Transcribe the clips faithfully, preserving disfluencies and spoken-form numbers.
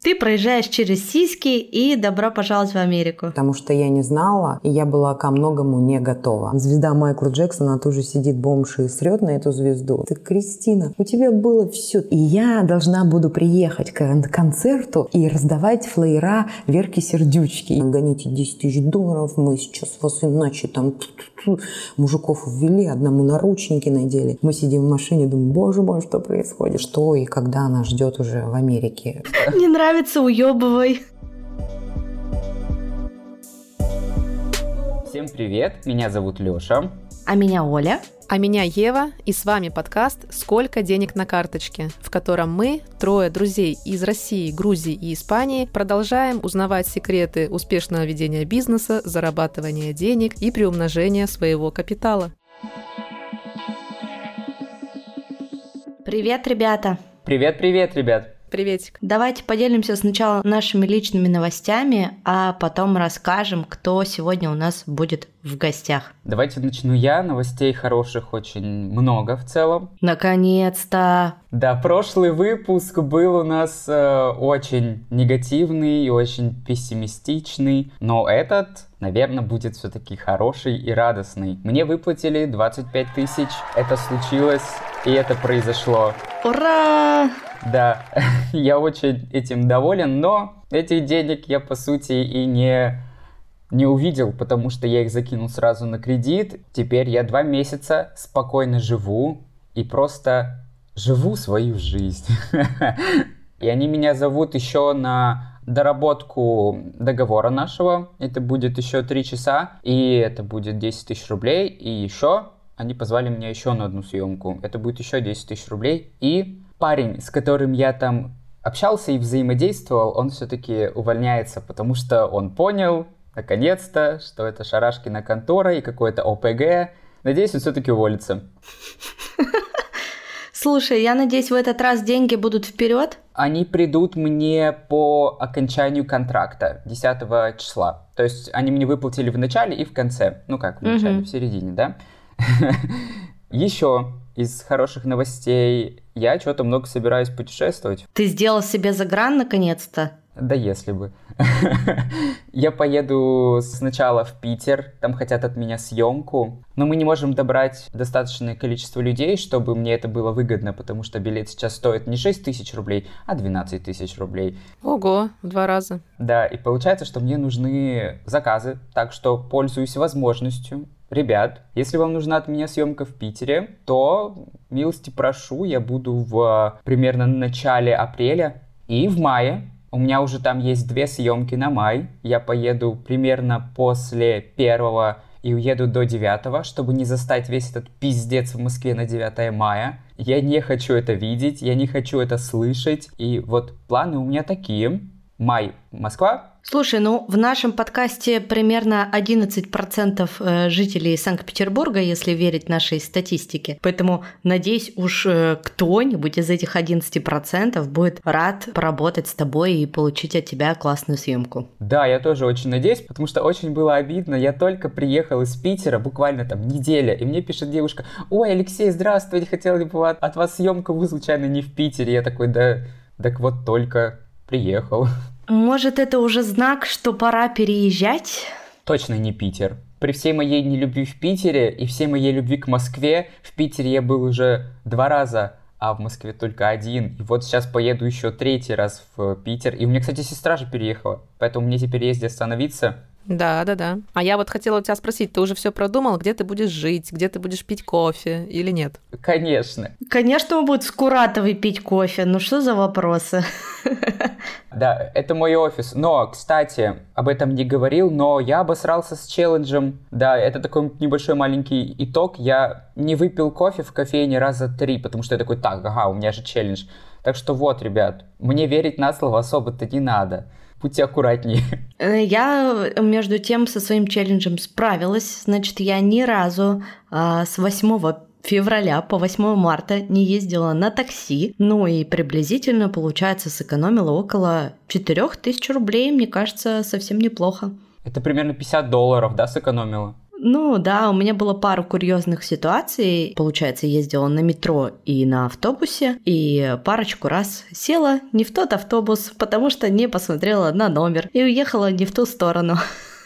Ты проезжаешь через сиськи и добро пожаловать в Америку. Потому что я не знала, и я была ко многому не готова. Звезда Майкла Джексона тоже сидит бомж и срет на эту звезду. Ты, Кристина, у тебя было все. И я должна буду приехать к концерту и раздавать флеера Верке Сердючки. Гоните десять тысяч долларов, мы сейчас вас иначе там... Мужиков ввели, одному наручники надели. Мы сидим в машине, думаем, боже мой, что происходит? Что и когда нас ждет уже в Америке? Не нравится, уебывай. Всем привет, меня зовут Лёша. А меня Оля. А меня Ева, и с вами подкаст «Сколько денег на карточке», в котором мы, трое друзей из России, Грузии и Испании, продолжаем узнавать секреты успешного ведения бизнеса, зарабатывания денег и приумножения своего капитала. Привет, ребята! Привет-привет, ребят! Приветик. Давайте поделимся сначала нашими личными новостями, а потом расскажем, кто сегодня у нас будет в гостях. Давайте начну я. Новостей хороших очень много в целом. Наконец-то! Да, прошлый выпуск был у нас э, очень негативный и очень пессимистичный, но этот, наверное, будет все-таки хороший и радостный. Мне выплатили двадцать пять тысяч, это случилось и это произошло. Ура! Да, я очень этим доволен, но этих денег я, по сути, и не, не увидел, потому что я их закинул сразу на кредит. Теперь я два месяца спокойно живу и просто живу свою жизнь. И они меня зовут еще на доработку договора нашего. Это будет еще три часа, и это будет десять тысяч рублей. И еще они позвали меня еще на одну съемку. Это будет еще десять тысяч рублей. И парень, с которым я там общался и взаимодействовал, он все-таки увольняется, потому что он понял, наконец-то, что это Шарашкина контора и какое-то о пэ гэ. Надеюсь, он все-таки уволится. Слушай, я надеюсь, в этот раз деньги будут вперед? Они придут мне по окончанию контракта десятого числа. То есть они мне выплатили в начале и в конце. Ну как, в начале, в середине, да? Еще из хороших новостей, я что-то много собираюсь путешествовать. Ты сделал себе загран наконец-то? Да если бы. Я поеду сначала в Питер, там хотят от меня съемку, но мы не можем добрать достаточное количество людей, чтобы мне это было выгодно, потому что билет сейчас стоит не шесть тысяч рублей, а двенадцать тысяч рублей. Ого, в два раза. Да, и получается, что мне нужны заказы, так что пользуюсь возможностью. Ребят, если вам нужна от меня съемка в Питере, то милости прошу, я буду в примерно начале апреля и в мае. У меня уже там есть две съемки на май. Я поеду примерно после первого и уеду до девятого, чтобы не застать весь этот пиздец в Москве на девятое мая. Я не хочу это видеть, я не хочу это слышать. И вот планы у меня такие. Май – Москва. Слушай, ну в нашем подкасте примерно одиннадцать процентов жителей Санкт-Петербурга, если верить нашей статистике. Поэтому, надеюсь, уж кто-нибудь из этих одиннадцати процентов будет рад поработать с тобой и получить от тебя классную съемку. Да, я тоже очень надеюсь, потому что очень было обидно. Я только приехал из Питера, буквально там неделя, и мне пишет девушка: «Ой, Алексей, здравствуйте, хотела бы от вас съемку, вы случайно не в Питере?» Я такой: да, так вот только приехал. Может, это уже знак, что пора переезжать? Точно не Питер. При всей моей нелюбви в Питере и всей моей любви к Москве, в Питере я был уже два раза, а в Москве только один. И вот сейчас поеду еще третий раз в Питер. И у меня, кстати, сестра же переехала, поэтому мне теперь есть где остановиться. Да, да, да. А я вот хотела у тебя спросить, ты уже все продумал, где ты будешь жить, где ты будешь пить кофе или нет? Конечно. Конечно, он будет с Куратовой пить кофе. Ну что за вопросы? Да, это мой офис. Но, кстати, об этом не говорил, но я обосрался с челленджем. Да, это такой небольшой маленький итог. Я не выпил кофе в кофейне раза три, потому что я такой: так, ага, у меня же челлендж. Так что вот, ребят, мне верить на слово особо-то не надо. Будьте аккуратнее. Я, между тем, со своим челленджем справилась. Значит, я ни разу а, с восьмого февраля по восьмое марта не ездила на такси. Ну и приблизительно, получается, сэкономила около четырех тысяч рублей. Мне кажется, совсем неплохо. Это примерно пятьдесят долларов, да, сэкономила? Ну да, у меня было пару курьезных ситуаций. Получается, ездила на метро и на автобусе, и парочку раз села не в тот автобус, потому что не посмотрела на номер и уехала не в ту сторону.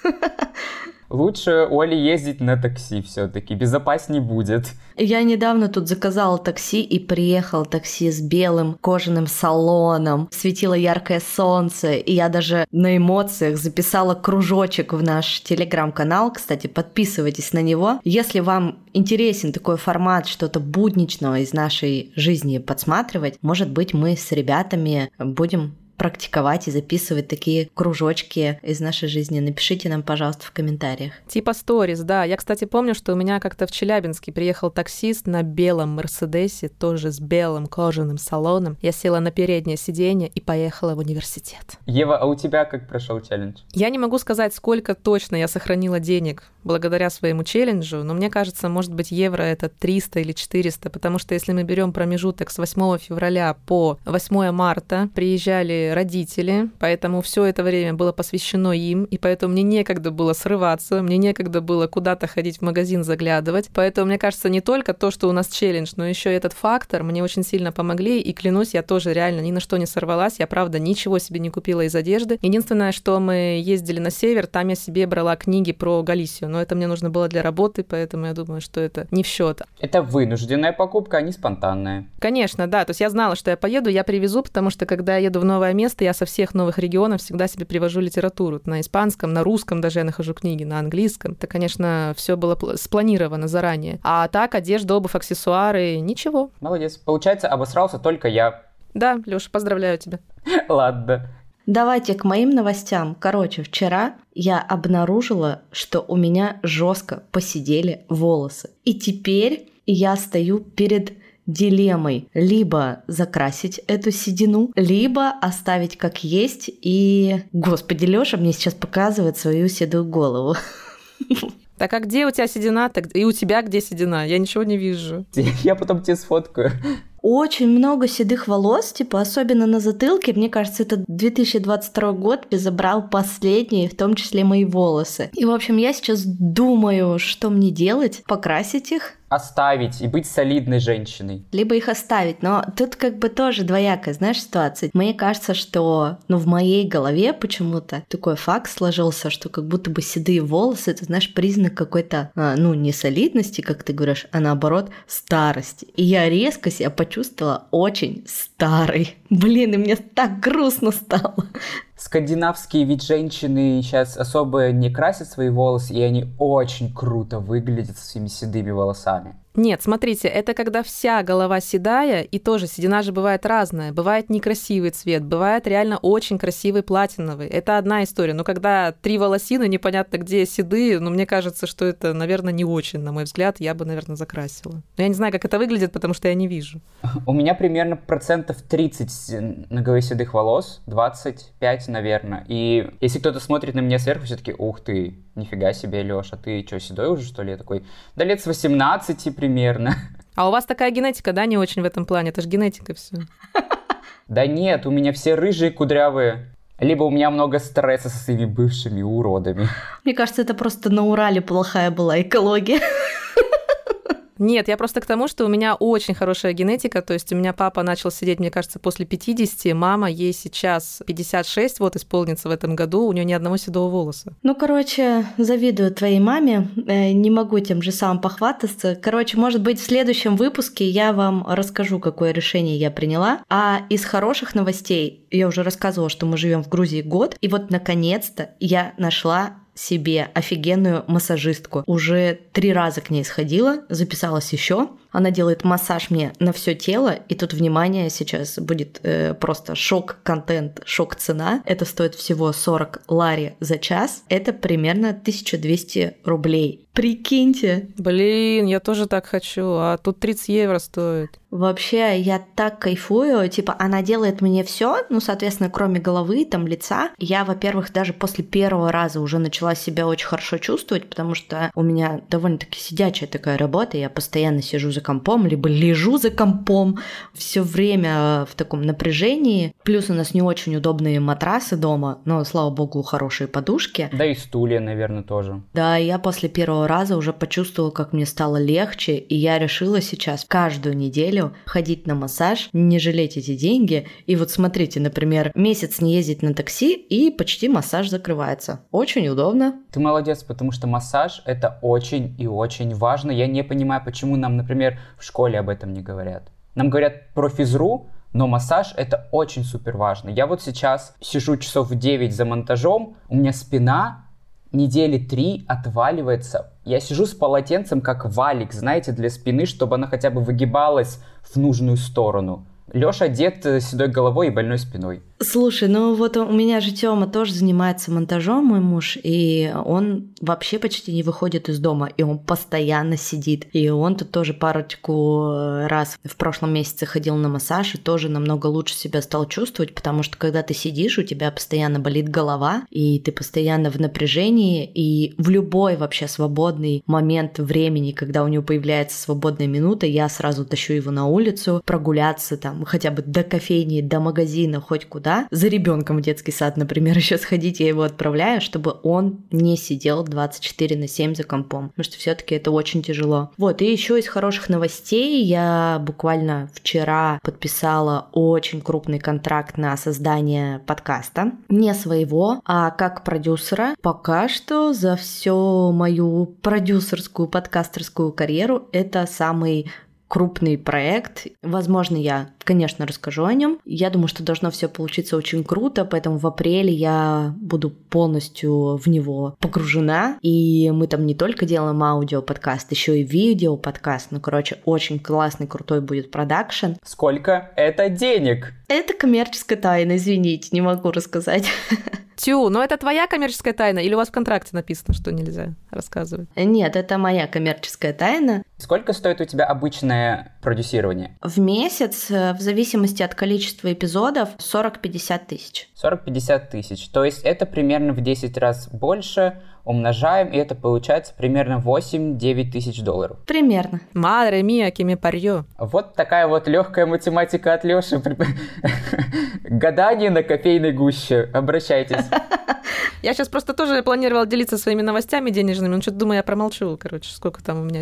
Лучше Оле ездить на такси все-таки, безопаснее будет. Я недавно тут заказала такси, и приехало такси с белым кожаным салоном. Светило яркое солнце, и я даже на эмоциях записала кружочек в наш телеграм-канал. Кстати, подписывайтесь на него. Если вам интересен такой формат, что-то будничного из нашей жизни подсматривать, может быть, мы с ребятами будем практиковать и записывать такие кружочки из нашей жизни. Напишите нам, пожалуйста, в комментариях. Типа сторис, да. Я, кстати, помню, что у меня как-то в Челябинске приехал таксист на белом Мерседесе, тоже с белым кожаным салоном. Я села на переднее сиденье и поехала в университет. Ева, а у тебя как прошел челлендж? Я не могу сказать, сколько точно я сохранила денег благодаря своему челленджу, но мне кажется, может быть, евро это триста или четыреста, потому что если мы берем промежуток с восьмого февраля по восьмое марта, приезжали родители, поэтому все это время было посвящено им, и поэтому мне некогда было срываться, мне некогда было куда-то ходить в магазин заглядывать, поэтому мне кажется, не только то, что у нас челлендж, но еще этот фактор мне очень сильно помогли, и клянусь, я тоже реально ни на что не сорвалась, я правда ничего себе не купила из одежды. Единственное, что мы ездили на север, там я себе брала книги про Галисию, но это мне нужно было для работы, поэтому я думаю, что это не в счет. Это вынужденная покупка, а не спонтанная. Конечно, да, то есть я знала, что я поеду, я привезу, потому что когда я еду в новое место, я со всех новых регионов всегда себе привожу литературу. На испанском, на русском даже я нахожу книги, на английском. Это, конечно, все было спланировано заранее. А так, одежда, обувь, аксессуары, ничего. Молодец. Получается, обосрался только я. Да, Лёша, поздравляю тебя. Ладно. Давайте к моим новостям. Короче, вчера я обнаружила, что у меня жестко посидели волосы. И теперь я стою перед дилеммой: либо закрасить эту седину, либо оставить как есть. И, господи, Лёша мне сейчас показывает свою седую голову. Так а где у тебя седина? Так и у тебя где седина? Я ничего не вижу. Я потом тебе сфоткаю. Очень много седых волос, типа, особенно на затылке. Мне кажется, это две тысячи двадцать второй год забрал последние, в том числе мои волосы. И, в общем, я сейчас думаю, что мне делать. Покрасить их? Оставить и быть солидной женщиной. Либо их оставить. Но тут как бы тоже двоякая, знаешь, ситуация. Мне кажется, что, ну, в моей голове почему-то такой факт сложился, что как будто бы седые волосы, это, знаешь, признак какой-то, а, ну, не солидности, как ты говоришь, а наоборот, старости. И я резко себя почувствовала очень старой. Блин, и мне так грустно стало. Скандинавские ведь женщины сейчас особо не красят свои волосы, и они очень круто выглядят со своими седыми волосами. Нет, смотрите, это когда вся голова седая, и тоже седина же бывает разная. Бывает некрасивый цвет, бывает реально очень красивый платиновый. Это одна история. Но когда три волосины, непонятно где седые, ну, мне кажется, что это, наверное, не очень, на мой взгляд, я бы, наверное, закрасила. Но я не знаю, как это выглядит, потому что я не вижу. У меня примерно процентов тридцать на голове седых волос, двадцать пять, наверное. И если кто-то смотрит на меня сверху, все таки: ух ты, нифига себе, Лёша, ты что, седой уже, что ли? Я такой: да лет с восемнадцати примерно. А у вас такая генетика, да, не очень в этом плане? Это же генетика все. Да нет, у меня все рыжие, кудрявые. Либо у меня много стресса со своими бывшими уродами. Мне кажется, это просто на Урале плохая была экология. Нет, я просто к тому, что у меня очень хорошая генетика, то есть у меня папа начал сидеть, мне кажется, после пятидесяти, мама, ей сейчас пятьдесят шесть, вот исполнится в этом году, у нее ни одного седого волоса. Ну, короче, завидую твоей маме, не могу тем же самым похвастаться. Короче, может быть, в следующем выпуске я вам расскажу, какое решение я приняла. А из хороших новостей, я уже рассказывала, что мы живем в Грузии год, и вот, наконец-то, я нашла себе офигенную массажистку. Уже три раза к ней сходила, записалась еще. Она делает массаж мне на все тело, и тут, внимание, сейчас будет э, просто шок-контент, шок-цена. Это стоит всего сорок лари за час. Это примерно тысяча двести рублей. Прикиньте. Блин, я тоже так хочу, а тут тридцать евро стоит. Вообще, я так кайфую. Типа, она делает мне все, ну, соответственно, кроме головы, там, лица. Я, во-первых, даже после первого раза уже начала себя очень хорошо чувствовать, потому что у меня довольно-таки сидячая такая работа. Я постоянно сижу за компом, либо лежу за компом все время в таком напряжении. Плюс у нас не очень удобные матрасы дома, но, слава богу, хорошие подушки. Да и стулья, наверное, тоже. Да, я после первого раза уже почувствовала, как мне стало легче, и я решила сейчас каждую неделю ходить на массаж, не жалеть эти деньги. И вот смотрите, например, месяц не ездить на такси, и почти массаж закрывается. Очень удобно. Ты молодец, потому что массаж – это очень и очень важно. Я не понимаю, почему нам, например, в школе об этом не говорят. Нам говорят про физру, но массаж – это очень супер важно. Я вот сейчас сижу часов в девять за монтажом, у меня спина недели три отваливается. Я сижу с полотенцем, как валик, знаете, для спины, чтобы она хотя бы выгибалась в нужную сторону. Лёша одет седой головой и больной спиной. Слушай, ну вот у меня же Тёма тоже занимается монтажом, мой муж, и он вообще почти не выходит из дома, и он постоянно сидит. И он тут тоже парочку раз в прошлом месяце ходил на массаж, и тоже намного лучше себя стал чувствовать, потому что когда ты сидишь, у тебя постоянно болит голова, и ты постоянно в напряжении, и в любой вообще свободный момент времени, когда у него появляется свободная минута, я сразу тащу его на улицу, прогуляться там хотя бы до кофейни, до магазина, хоть куда. За ребенком в детский сад, например, еще сходить, я его отправляю, чтобы он не сидел двадцать четыре на семь за компом, потому что все-таки это очень тяжело. Вот, и еще из хороших новостей я буквально вчера подписала очень крупный контракт на создание подкаста. Не своего, а как продюсера. Пока что за всю мою продюсерскую, подкастерскую карьеру это самый крупный проект. Возможно, я, конечно, расскажу о нем. Я думаю, что должно все получиться очень круто, поэтому в апреле я буду полностью в него погружена. И мы там не только делаем аудиоподкаст, еще и видеоподкаст. Ну, короче, очень классный, крутой будет продакшн. Сколько это денег? Это коммерческая тайна, извините, не могу рассказать. Тю, но это твоя коммерческая тайна или у вас в контракте написано, что нельзя рассказывать? Нет, это моя коммерческая тайна. Сколько стоит у тебя обычное продюсирование? В месяц, в зависимости от количества эпизодов, сорок-пятьдесят тысяч. сорок-пятьдесят тысяч. То есть это примерно в десять раз больше, умножаем, и это получается примерно восемь-девять тысяч долларов. Примерно. Мадре мия, ки ме парью. Вот такая вот легкая математика от Лёши. Гадание на кофейной гуще. Обращайтесь. Я сейчас просто тоже планировала делиться своими новостями денежными, но что-то думаю, я промолчу, короче, сколько там у меня.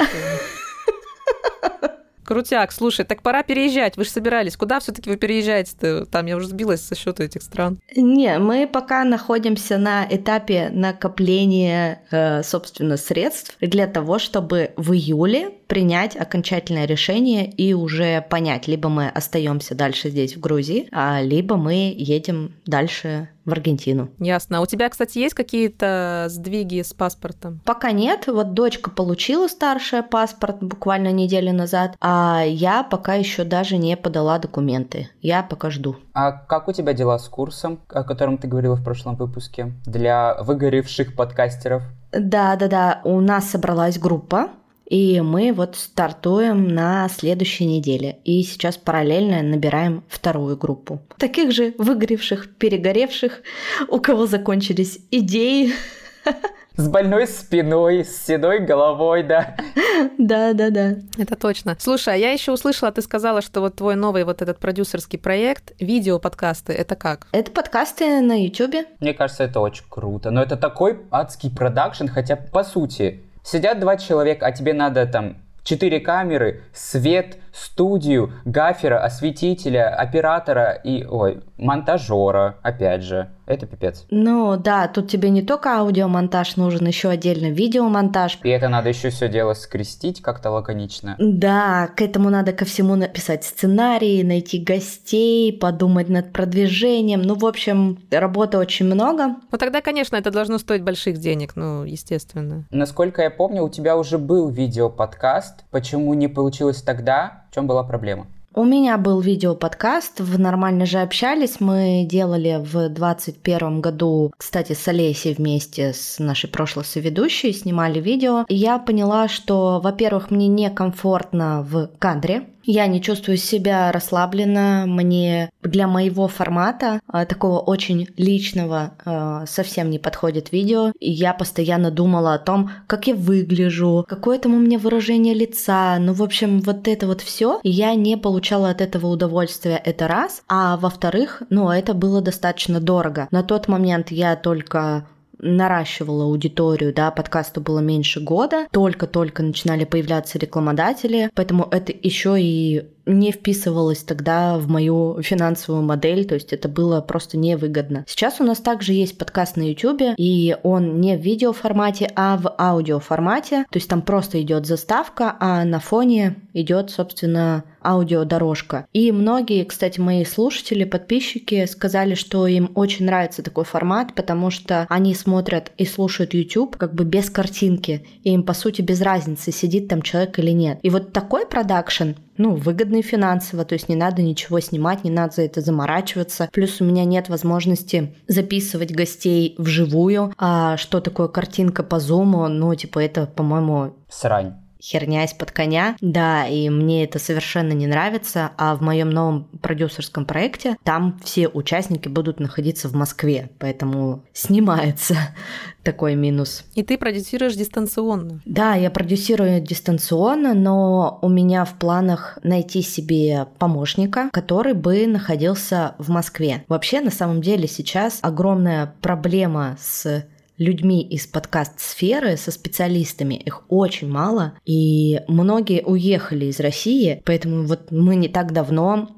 Крутяк, слушай, так пора переезжать. Вы же собирались. Куда все-таки вы переезжаете-то? Там я уже сбилась со счета этих стран. Не, мы пока находимся на этапе накопления, э, собственно, средств для того, чтобы в июле принять окончательное решение и уже понять, либо мы остаемся дальше здесь, в Грузии, а либо мы едем дальше в Аргентину. Ясно. А у тебя, кстати, есть какие-то сдвиги с паспортом? Пока нет. Вот дочка получила старшая паспорт буквально неделю назад, а я пока еще даже не подала документы. Я пока жду. А как у тебя дела с курсом, о котором ты говорила в прошлом выпуске, для выгоревших подкастеров? Да-да-да, у нас собралась группа, и мы вот стартуем на следующей неделе. И сейчас параллельно набираем вторую группу. Таких же выгоревших, перегоревших, у кого закончились идеи. С больной спиной, с седой головой, да. Да-да-да. Это точно. Слушай, а я еще услышала, ты сказала, что вот твой новый вот этот продюсерский проект, видеоподкасты, это как? Это подкасты на Ютубе. Мне кажется, это очень круто. Но это такой адский продакшн, хотя по сути... Сидят два человека, а тебе надо там четыре камеры, свет, студию, гафера, осветителя, оператора и, ой, монтажера, опять же. Это пипец. Ну да, тут тебе не только аудиомонтаж нужен, еще отдельно видеомонтаж. И это надо еще все дело скрестить как-то лаконично. Да, к этому надо ко всему написать сценарий, найти гостей, подумать над продвижением. Ну, в общем, работы очень много. Ну тогда, конечно, это должно стоить больших денег, ну, естественно. Насколько я помню, у тебя уже был видеоподкаст. Почему не получилось тогда? В чем была проблема? У меня был видеоподкаст, в «Нормально же общались». Мы делали в двадцать первом году, кстати, с Олесей вместе с нашей прошлой соведущей, снимали видео. И я поняла, что, во-первых, мне некомфортно в кадре. Я не чувствую себя расслабленно. Мне для моего формата, такого очень личного, совсем не подходит видео. И я постоянно думала о том, как я выгляжу, какое там у меня выражение лица. Ну, в общем, вот это вот все. И я не получала от этого удовольствия, это раз. А во-вторых, ну, это было достаточно дорого. На тот момент я только наращивала аудиторию, да, подкасту было меньше года, только-только начинали появляться рекламодатели, поэтому это еще и не вписывалось тогда в мою финансовую модель, то есть это было просто невыгодно. Сейчас у нас также есть подкаст на YouTube, и он не в видеоформате, а в аудиоформате, то есть там просто идет заставка, а на фоне идет, собственно, аудиодорожка. И многие, кстати, мои слушатели, подписчики сказали, что им очень нравится такой формат, потому что они смотрят и слушают YouTube как бы без картинки, и им, по сути, без разницы, сидит там человек или нет. И вот такой продакшн, ну, выгодный финансово, то есть не надо ничего снимать, не надо за это заморачиваться. Плюс у меня нет возможности записывать гостей вживую. А что такое картинка по зуму? Ну, типа, это, по-моему... Срань. Херня из-под коня. Да, и мне это совершенно не нравится. А в моем новом продюсерском проекте там все участники будут находиться в Москве, поэтому снимается такой минус. И ты продюсируешь дистанционно? Да, я продюсирую дистанционно, но у меня в планах найти себе помощника, который бы находился в Москве. Вообще, на самом деле, сейчас огромная проблема с людьми из подкаст-сферы, со специалистами, их очень мало, и многие уехали из России, поэтому вот мы не так давно...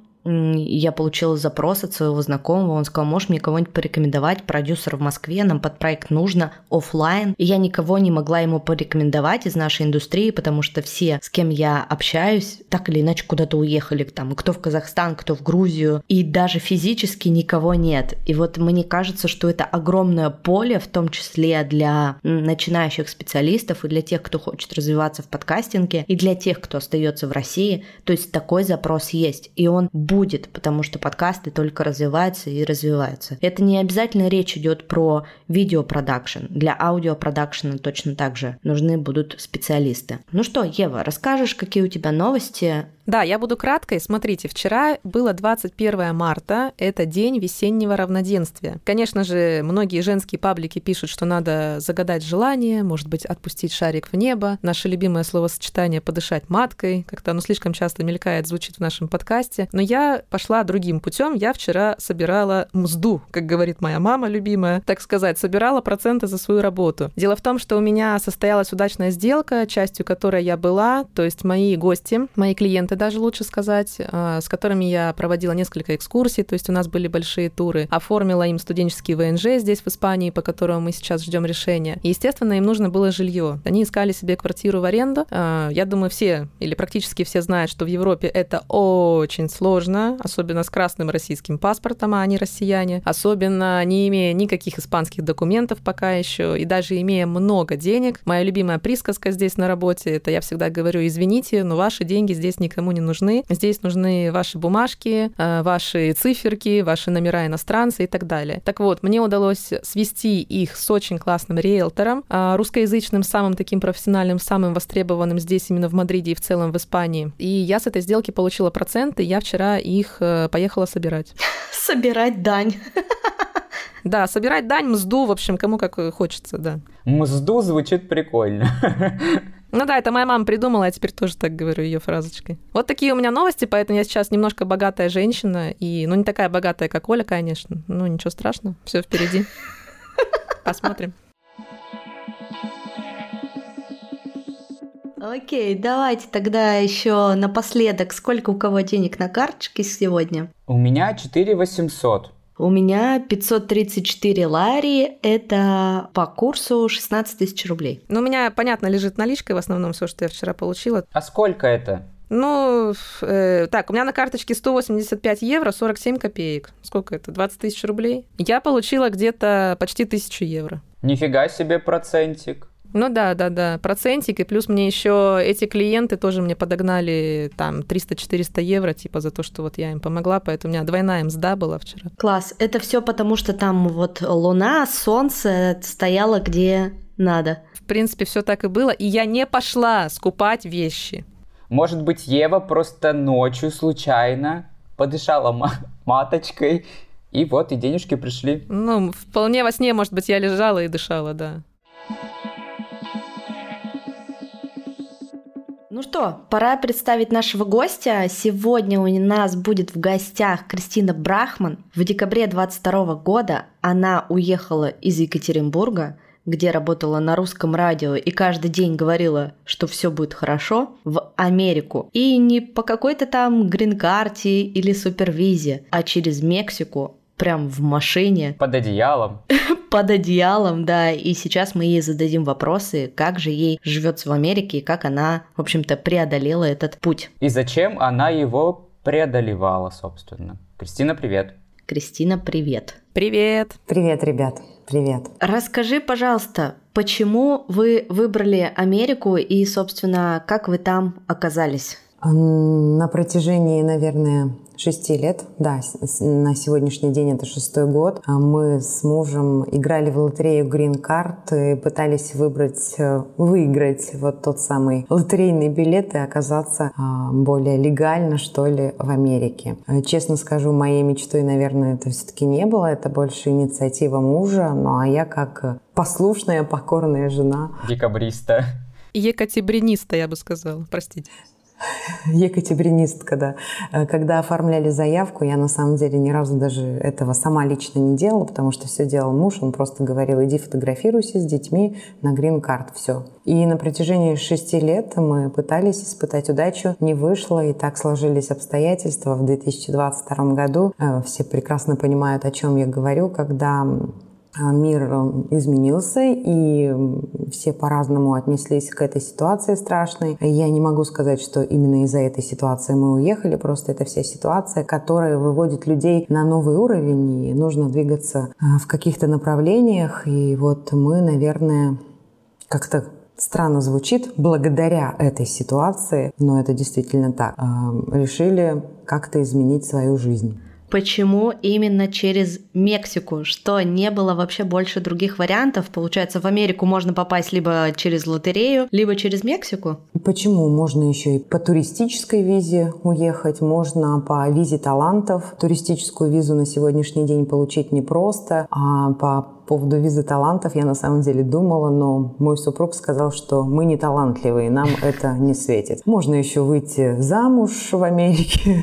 Я получила запрос от своего знакомого, он сказал, можешь мне кого-нибудь порекомендовать, продюсера в Москве, нам под проект нужно офлайн. И я никого не могла ему порекомендовать из нашей индустрии, потому что все, с кем я общаюсь, так или иначе куда-то уехали, там, кто в Казахстан, кто в Грузию, и даже физически никого нет. И вот мне кажется, что это огромное поле, в том числе для начинающих специалистов и для тех, кто хочет развиваться в подкастинге, и для тех, кто остается в России. То есть такой запрос есть, и он будет будет, потому что подкасты только развиваются и развиваются. Это не обязательно речь идет про видеопродакшн. Для аудиопродакшна точно так же нужны будут специалисты. Ну что, Ева, расскажешь, какие у тебя новости? Да, я буду краткой. Смотрите, вчера было двадцать первое марта, это день весеннего равноденствия. Конечно же, многие женские паблики пишут, что надо загадать желание, может быть, отпустить шарик в небо. Наше любимое словосочетание «подышать маткой», как-то оно слишком часто мелькает, звучит в нашем подкасте. Но я пошла другим путем. Я вчера собирала мзду, как говорит моя мама любимая, так сказать, собирала проценты за свою работу. Дело в том, что у меня состоялась удачная сделка, частью которой я была, то есть мои гости, мои клиенты, даже лучше сказать, с которыми я проводила несколько экскурсий, то есть у нас были большие туры, оформила им студенческий вэ эн жэ здесь, в Испании, по которому мы сейчас ждем решения. И, естественно, им нужно было жилье. Они искали себе квартиру в аренду. Я думаю, все или практически все знают, что в Европе это очень сложно, особенно с красным российским паспортом, а они россияне, особенно не имея никаких испанских документов пока еще, и даже имея много денег. Моя любимая присказка здесь на работе, это я всегда говорю, извините, но ваши деньги здесь никому не нужны. Здесь нужны ваши бумажки, ваши циферки, ваши номера иностранца и так далее. Так вот, мне удалось свести их с очень классным риэлтором, русскоязычным, самым таким профессиональным, самым востребованным здесь именно в Мадриде и в целом в Испании. И я с этой сделки получила проценты, я вчера их поехала собирать. Собирать дань. Да, собирать дань, мзду, в общем, кому как хочется, да. Мзду звучит прикольно. Ну да, это моя мама придумала, я теперь тоже так говорю ее фразочкой. Вот такие у меня новости, поэтому я сейчас немножко богатая женщина, и, ну, не такая богатая, как Оля, конечно, ну, ничего страшного, все впереди. Посмотрим. Окей, давайте тогда еще напоследок, сколько у кого денег на карточке сегодня? У меня четыре тысячи восемьсот. У меня пятьсот тридцать четыре лари, это по курсу шестнадцать тысяч рублей. Ну, у меня, понятно, лежит наличкой в основном все, что я вчера получила. А сколько это? Ну, э, так, у меня на карточке сто восемьдесят пять евро, сорок семь копеек. Сколько это? двадцать тысяч рублей? Я получила где-то почти тысячу евро. Нифига себе процентик. Ну да, да, да, процентик, и плюс мне еще эти клиенты тоже мне подогнали там триста-четыреста евро, типа за то, что вот я им помогла, поэтому у меня двойная мзда была вчера. Класс, это все потому, что там вот луна, солнце стояло где надо. В принципе, все так и было, и я не пошла скупать вещи. Может быть, Ева просто ночью случайно подышала ма- маточкой, и вот и денежки пришли. Ну, вполне во сне, может быть, я лежала и дышала, да. Ну что, пора представить нашего гостя. Сегодня у нас будет в гостях Кристина Брахман. В декабре двадцать второго года она уехала из Екатеринбурга, где работала на русском радио и каждый день говорила, что все будет хорошо, в Америку. И не по какой-то там грин-карте или супервизе, а через Мексику, прям в машине. Под одеялом. Под одеялом, да. И сейчас мы ей зададим вопросы, как же ей живется в Америке и как она, в общем-то, преодолела этот путь. И зачем она его преодолевала, собственно. Кристина, привет. Кристина, привет. Привет. Привет, ребят. Привет. Расскажи, пожалуйста, почему вы выбрали Америку и, собственно, как вы там оказались? На протяжении, наверное, шести лет, да, на сегодняшний день это шестой год, мы с мужем играли в лотерею Green Card и пытались выбрать, выиграть вот тот самый лотерейный билет и оказаться более легально, что ли, в Америке. Честно скажу, моей мечтой, наверное, это все-таки не было, это больше инициатива мужа, ну а я как послушная, покорная жена. Декабриста. Екатериниста, я бы сказала, простите. Екатеринистка, да. Когда оформляли заявку, я на самом деле ни разу даже этого сама лично не делала, потому что все делал муж, он просто говорил: иди фотографируйся с детьми на Green Card, все. И на протяжении шести лет мы пытались испытать удачу, не вышло, и так сложились обстоятельства. В две тысячи двадцать втором году все прекрасно понимают, о чем я говорю, когда мир изменился, и все по-разному отнеслись к этой ситуации страшной. Я не могу сказать, что именно из-за этой ситуации мы уехали, просто это вся ситуация, которая выводит людей на новый уровень, и нужно двигаться в каких-то направлениях. И вот мы, наверное, как-то странно звучит, благодаря этой ситуации, но это действительно так, решили как-то изменить свою жизнь. Почему именно через Мексику? Что, не было вообще больше других вариантов? Получается, в Америку можно попасть либо через лотерею, либо через Мексику? Почему? Можно еще и по туристической визе уехать, можно по визе талантов. Туристическую визу на сегодняшний день получить непросто, а по поводу визы талантов я на самом деле думала, но мой супруг сказал, что мы не талантливые, нам это не светит. Можно еще выйти замуж в Америке.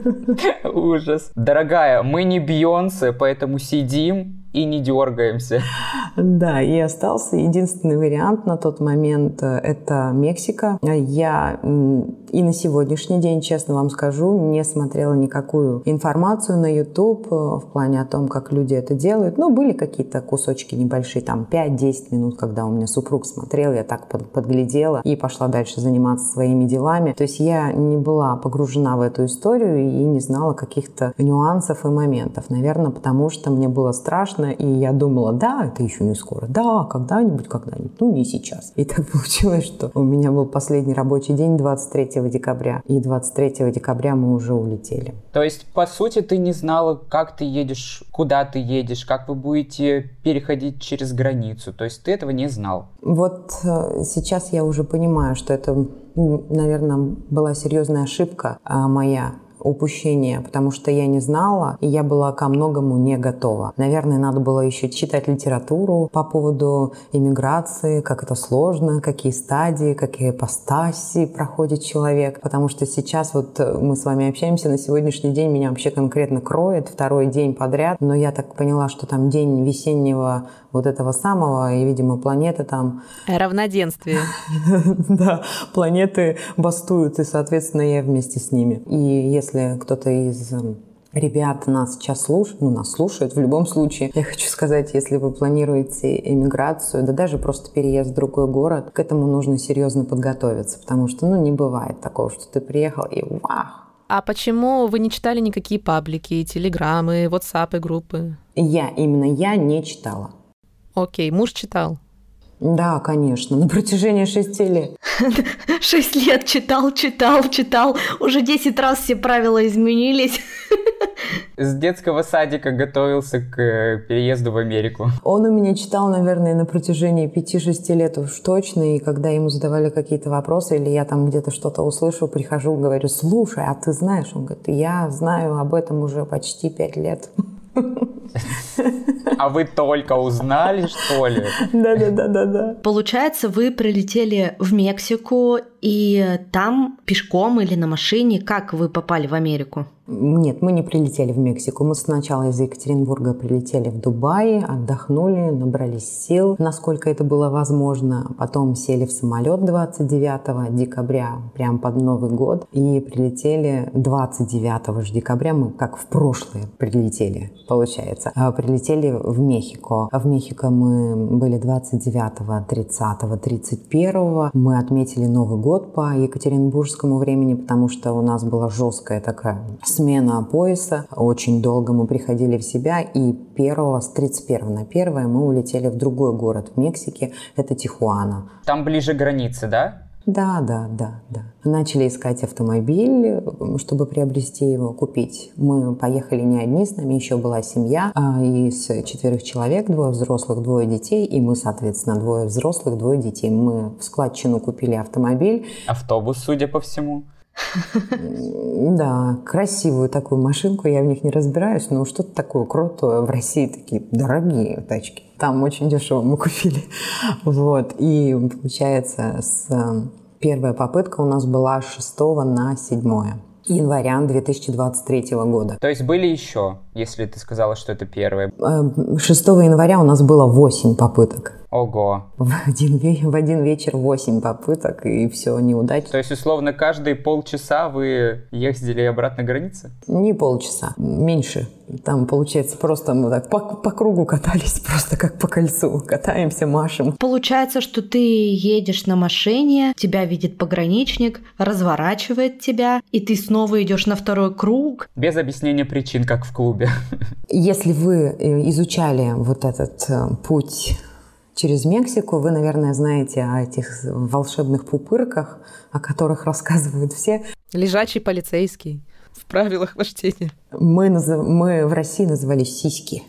Ужас. Дорогая, мы не Бейонсе, поэтому сидим и не дергаемся. Да, и остался единственный вариант на тот момент – это Мексика. Я и на сегодняшний день, честно вам скажу, не смотрела никакую информацию на YouTube в плане о том, как люди это делают. Ну, были какие-то кусочки небольшие, там пять-десять минут, когда у меня супруг смотрел, я так подглядела и пошла дальше заниматься своими делами. То есть я не была погружена в эту историю и не знала каких-то нюансов и моментов. Наверное, потому что мне было страшно, и я думала, да, это еще не скоро, да, когда-нибудь, когда-нибудь, ну не сейчас. И так получилось, что у меня был последний рабочий день двадцать третьего декабря, и двадцать третьего декабря мы уже улетели. То есть, по сути, ты не знала, как ты едешь, куда ты едешь, как вы будете переходить через границу, то есть ты этого не знал? Вот сейчас я уже понимаю, что это, наверное, была серьезная ошибка моя, упущение, потому что я не знала, и я была ко многому не готова. Наверное, надо было еще читать литературу по поводу иммиграции, как это сложно, какие стадии, какие ипостаси проходит человек, потому что сейчас вот мы с вами общаемся, на сегодняшний день меня вообще конкретно кроет второй день подряд, но я так поняла, что там день весеннего вот этого самого, и, видимо, планеты там... Равноденствие. Да, планеты бастуют, и, соответственно, я вместе с ними. И если кто-то из ребят нас сейчас слушает, ну, нас слушает, в любом случае, я хочу сказать, если вы планируете эмиграцию, да даже просто переезд в другой город, к этому нужно серьезно подготовиться, потому что, ну, не бывает такого, что ты приехал и вау. А почему вы не читали никакие паблики, телеграммы, ватсапы, группы? Я, именно я не читала. Окей, муж читал. Да, конечно, на протяжении шести лет. Шесть лет читал, читал, читал. Уже десять раз все правила изменились. С детского садика готовился к переезду в Америку. Он у меня читал, наверное, на протяжении пяти-шести лет уж точно, и когда ему задавали какие-то вопросы, или я там где-то что-то услышу, прихожу, говорю: слушай, а ты знаешь? Он говорит: я знаю об этом уже почти пять лет. А вы только узнали, что ли? Да-да-да-да-да. Получается, вы прилетели в Мексику, и там пешком или на машине, как вы попали в Америку? Нет, мы не прилетели в Мексику. Мы сначала из Екатеринбурга прилетели в Дубай, отдохнули, набрались сил, насколько это было возможно. Потом сели в самолет двадцать девятого декабря, прям под Новый год, и прилетели двадцать девятого же декабря. Мы как в прошлое прилетели, получается. Прилетели в Мехико. В Мехико мы были двадцать девятого, тридцатого, тридцать первого. Мы отметили Новый год по екатеринбургскому времени, потому что у нас была жесткая такая смена пояса. Очень долго мы приходили в себя, и первого, с тридцать первого на первое мы улетели в другой город в Мексике, это Тихуана. Там ближе границы, да? Да, да, да, да. Начали искать автомобиль, чтобы приобрести его, купить. Мы поехали не одни, с нами еще была семья, из четверых человек, двое взрослых, двое детей, и мы, соответственно, двое взрослых, двое детей. Мы в складчину купили автомобиль. Автобус, судя по всему. Да, красивую такую машинку, я в них не разбираюсь, но что-то такое крутое. В России такие дорогие тачки. Там очень дешево мы купили. Вот. И получается, с... первая попытка у нас была с шестого на седьмое января две тысячи двадцать третьего года. То есть были еще, если ты сказала, что это первое? шестого января у нас было восемь попыток. Ого. В один, в один вечер восемь попыток, и все, неудачно. То есть, условно, каждые полчаса вы ездили обратно границы? Не полчаса, меньше. Там, получается, просто мы так по, по кругу катались, просто как по кольцу. Катаемся, машем. Получается, что ты едешь на машине, тебя видит пограничник, разворачивает тебя, и ты снова идешь на второй круг. Без объяснения причин, как в клубе. Если вы изучали вот этот путь через Мексику, вы, наверное, знаете о этих волшебных пупырках, о которых рассказывают все. Лежачий полицейский в правилах вождения. Мы, назыв... Мы в России называли сиськи.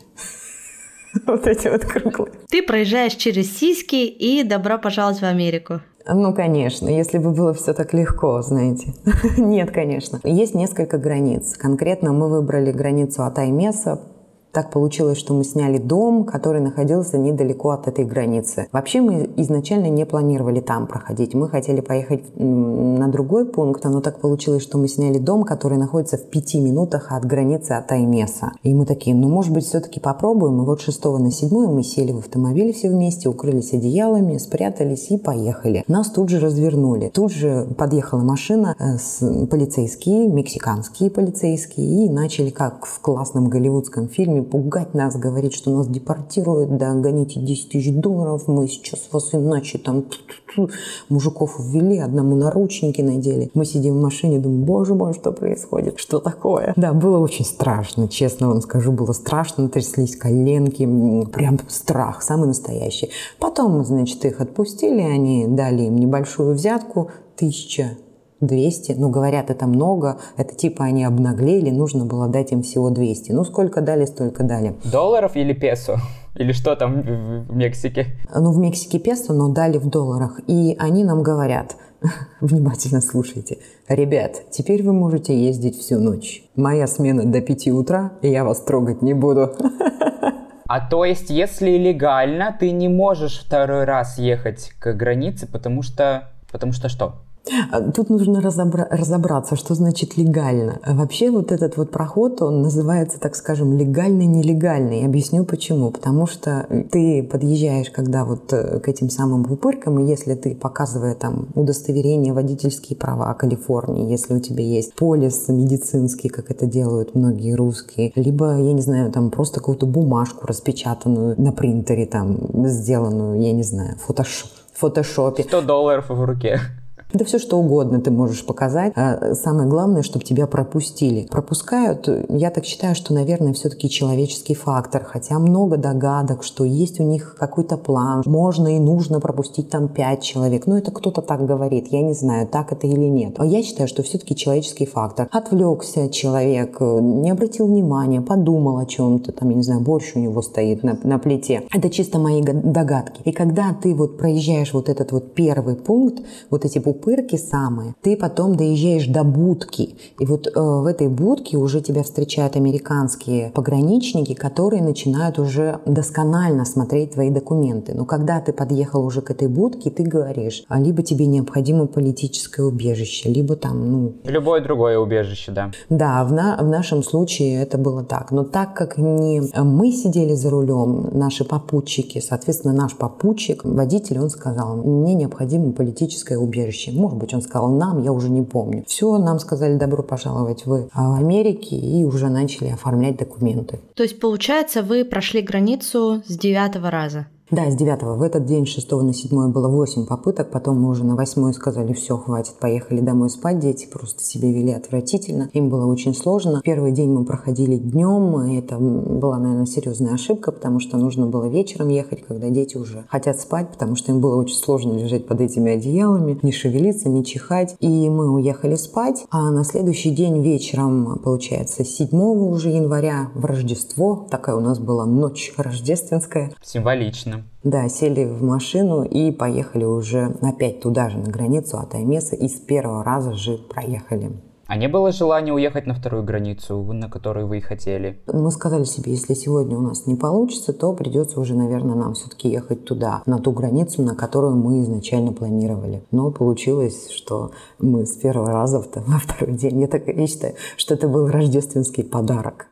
Вот эти вот круглые. Ты проезжаешь через сиськи и добро пожаловать в Америку. Ну, конечно, если бы было все так легко, знаете. Нет, конечно. Есть несколько границ. Конкретно мы выбрали границу от Аймеса. Так получилось, что мы сняли дом, который находился недалеко от этой границы. Вообще мы изначально не планировали там проходить. Мы хотели поехать на другой пункт, но так получилось, что мы сняли дом, который находится в пяти минутах от границы от Аймеса. И мы такие, ну, может быть, все-таки попробуем. И вот шестого на седьмое мы сели в автомобиль все вместе, укрылись одеялами, спрятались и поехали. Нас тут же развернули. Тут же подъехала машина, с полицейские, мексиканские полицейские, и начали, как в классном голливудском фильме, пугать нас, говорить, что нас депортируют, да, гоните десять тысяч долларов, мы сейчас вас иначе там мужиков ввели, одному наручники надели. Мы сидим в машине, думаем, боже мой, что происходит, что такое? Да, было очень страшно, честно вам скажу, было страшно, тряслись коленки, прям страх, самый настоящий. Потом, значит, их отпустили, они дали им небольшую взятку, тысяча двести, ну, говорят, это много, это типа они обнаглели, нужно было дать им всего двести. Ну, сколько дали, столько дали. Долларов или песо? Или что там в Мексике? Ну, в Мексике песо, но дали в долларах. И они нам говорят, внимательно слушайте, ребят, теперь вы можете ездить всю ночь. Моя смена до пяти утра, и я вас трогать не буду. А то есть, если легально, ты не можешь второй раз ехать к границе, потому что... Потому что что? Тут нужно разобра- разобраться, что значит легально. Вообще вот этот вот проход, он называется, так скажем, легальный-нелегальный. Объясню почему. Потому что ты подъезжаешь, когда вот к этим самым пупыркам, и если ты, показывая там удостоверение, водительские права Калифорнии, если у тебя есть полис медицинский, как это делают многие русские, либо, я не знаю, там просто какую-то бумажку распечатанную на принтере, там, сделанную, я не знаю, в фотош- фотошопе. сто долларов в руке. Да все что угодно ты можешь показать. А самое главное, чтобы тебя пропустили. Пропускают, я так считаю, что, наверное, все-таки человеческий фактор. Хотя много догадок, что есть у них какой-то план. Можно и нужно пропустить там пять человек. Ну, это кто-то так говорит. Я не знаю, так это или нет. А я считаю, что все-таки человеческий фактор. Отвлекся человек, не обратил внимания, подумал о чем-то. Там, я не знаю, борщ у него стоит на, на плите. Это чисто мои догадки. И когда ты вот проезжаешь вот этот вот первый пункт, вот эти пупырки самые, ты потом доезжаешь до будки. И вот э, в этой будке уже тебя встречают американские пограничники, которые начинают уже досконально смотреть твои документы. Но когда ты подъехал уже к этой будке, ты говоришь, а либо тебе необходимо политическое убежище, либо там, ну... Любое другое убежище, да. Да, в, на, в нашем случае это было так. Но так как не мы сидели за рулем, наши попутчики, соответственно, наш попутчик, водитель, он сказал, мне необходимо политическое убежище. Может быть, он сказал нам, я уже не помню. Все, нам сказали, добро пожаловать в Америке, и уже начали оформлять документы. То есть, получается, вы прошли границу с девятого раза? Да, с девятого. В этот день, с шестого на седьмое, было восемь попыток. Потом мы уже на восьмой сказали, все, хватит, поехали домой спать. Дети просто себя вели отвратительно. Им было очень сложно. Первый день мы проходили днем. И это была, наверное, серьезная ошибка, потому что нужно было вечером ехать, когда дети уже хотят спать, потому что им было очень сложно лежать под этими одеялами, не шевелиться, не чихать. И мы уехали спать. А на следующий день вечером, получается, седьмого уже января, в Рождество, такая у нас была ночь рождественская. Символично. Да, сели в машину и поехали уже опять туда же, на границу от Аймеса, и с первого раза же проехали. А не было желания уехать на вторую границу, на которую вы и хотели? Мы сказали себе, если сегодня у нас не получится, то придется уже, наверное, нам все-таки ехать туда, на ту границу, на которую мы изначально планировали. Но получилось, что мы с первого раза во второй день, я так я считаю, что это был рождественский подарок.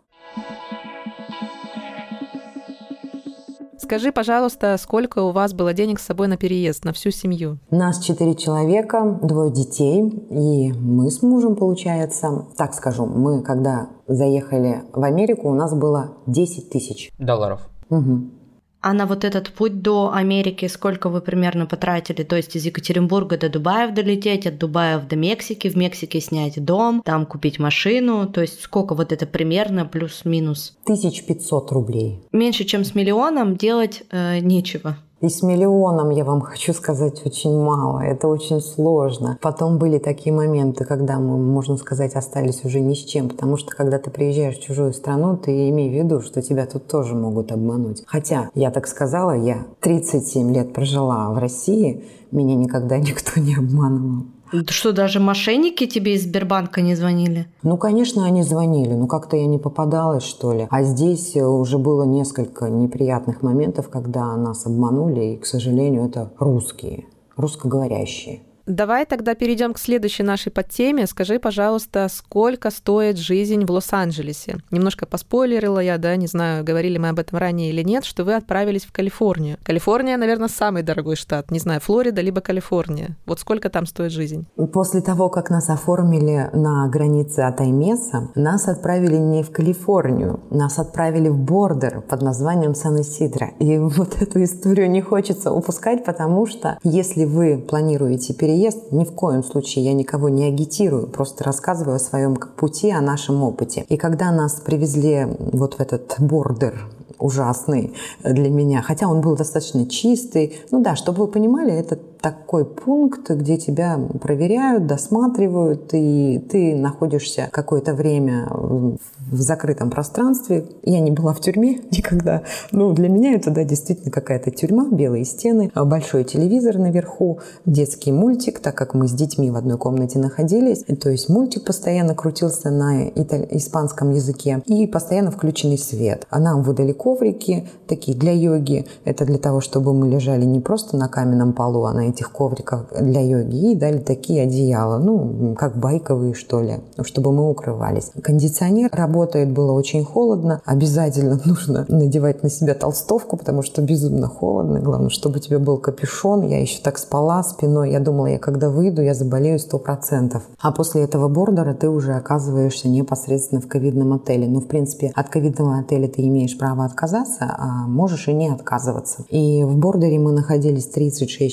Скажи, пожалуйста, сколько у вас было денег с собой на переезд, на всю семью? Нас четыре человека, двое детей, и мы с мужем, получается, так скажу, мы когда заехали в Америку, у нас было десять тысяч. Долларов. Угу. А на вот этот путь до Америки сколько вы примерно потратили? То есть из Екатеринбурга до Дубаев долететь, от Дубаев до Мексики, в Мексике снять дом, там купить машину. То есть сколько вот это примерно плюс-минус? тысяча пятьсот рублей. Меньше, чем с миллионом, делать э, нечего. И с миллионом, я вам хочу сказать, очень мало. Это очень сложно. Потом были такие моменты, когда мы, можно сказать, остались уже ни с чем. Потому что, когда ты приезжаешь в чужую страну, ты имей в виду, что тебя тут тоже могут обмануть. Хотя, я так сказала, я тридцать семь лет прожила в России, меня никогда никто не обманывал. Что, даже мошенники тебе из Сбербанка не звонили? Ну, конечно, они звонили, но как-то я не попадалась, что ли. А здесь уже было несколько неприятных моментов, когда нас обманули, и, к сожалению, это русские, русскоговорящие. Давай тогда перейдем к следующей нашей подтеме. Скажи, пожалуйста, сколько стоит жизнь в Лос-Анджелесе? Немножко поспойлерила я, да, не знаю, говорили мы об этом ранее или нет, что вы отправились в Калифорнию. Калифорния, наверное, самый дорогой штат. Не знаю, Флорида либо Калифорния. Вот сколько там стоит жизнь? После того, как нас оформили на границе от Аймеса, нас отправили не в Калифорнию, нас отправили в бордер под названием Сан-Исидро. И вот эту историю не хочется упускать, потому что если вы планируете переехать, ни в коем случае я никого не агитирую, просто рассказываю о своем пути, о нашем опыте. И когда нас привезли вот в этот бордер, ужасный для меня, хотя он был достаточно чистый, ну да, чтобы вы понимали, это такой пункт, где тебя проверяют, досматривают, и ты находишься какое-то время в закрытом пространстве. Я не была в тюрьме никогда, но для меня это, да, действительно какая-то тюрьма, белые стены, большой телевизор наверху, детский мультик, так как мы с детьми в одной комнате находились, то есть мультик постоянно крутился на италь... испанском языке и постоянно включенный свет. А нам выдали коврики такие для йоги, это для того, чтобы мы лежали не просто на каменном полу, а на этих ковриках для йоги, и дали такие одеяла, ну, как байковые, что ли, чтобы мы укрывались. Кондиционер работает, было очень холодно, обязательно нужно надевать на себя толстовку, потому что безумно холодно, главное, чтобы у тебя был капюшон. Я еще так спала спиной, я думала, я когда выйду, я заболею сто процентов. А после этого бордера ты уже оказываешься непосредственно в ковидном отеле. Ну, в принципе, от ковидного отеля ты имеешь право отказаться, а можешь и не отказываться. И в бордере мы находились тридцать шесть часов,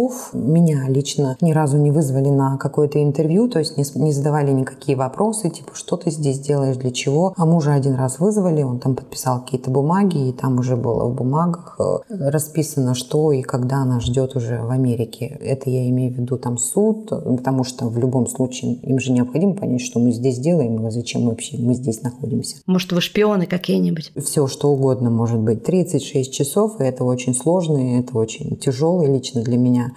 часов. Меня лично ни разу не вызвали на какое-то интервью, то есть не, не задавали никакие вопросы, типа, что ты здесь делаешь, для чего. А мужа один раз вызвали, он там подписал какие-то бумаги, и там уже было в бумагах расписано, что и когда нас ждет уже в Америке. Это я имею в виду там суд, потому что в любом случае им же необходимо понять, что мы здесь делаем, и зачем вообще мы здесь находимся. Может, вы шпионы какие-нибудь? Все, что угодно может быть. тридцать шесть часов, и это очень сложно, и это очень тяжелые лично для меня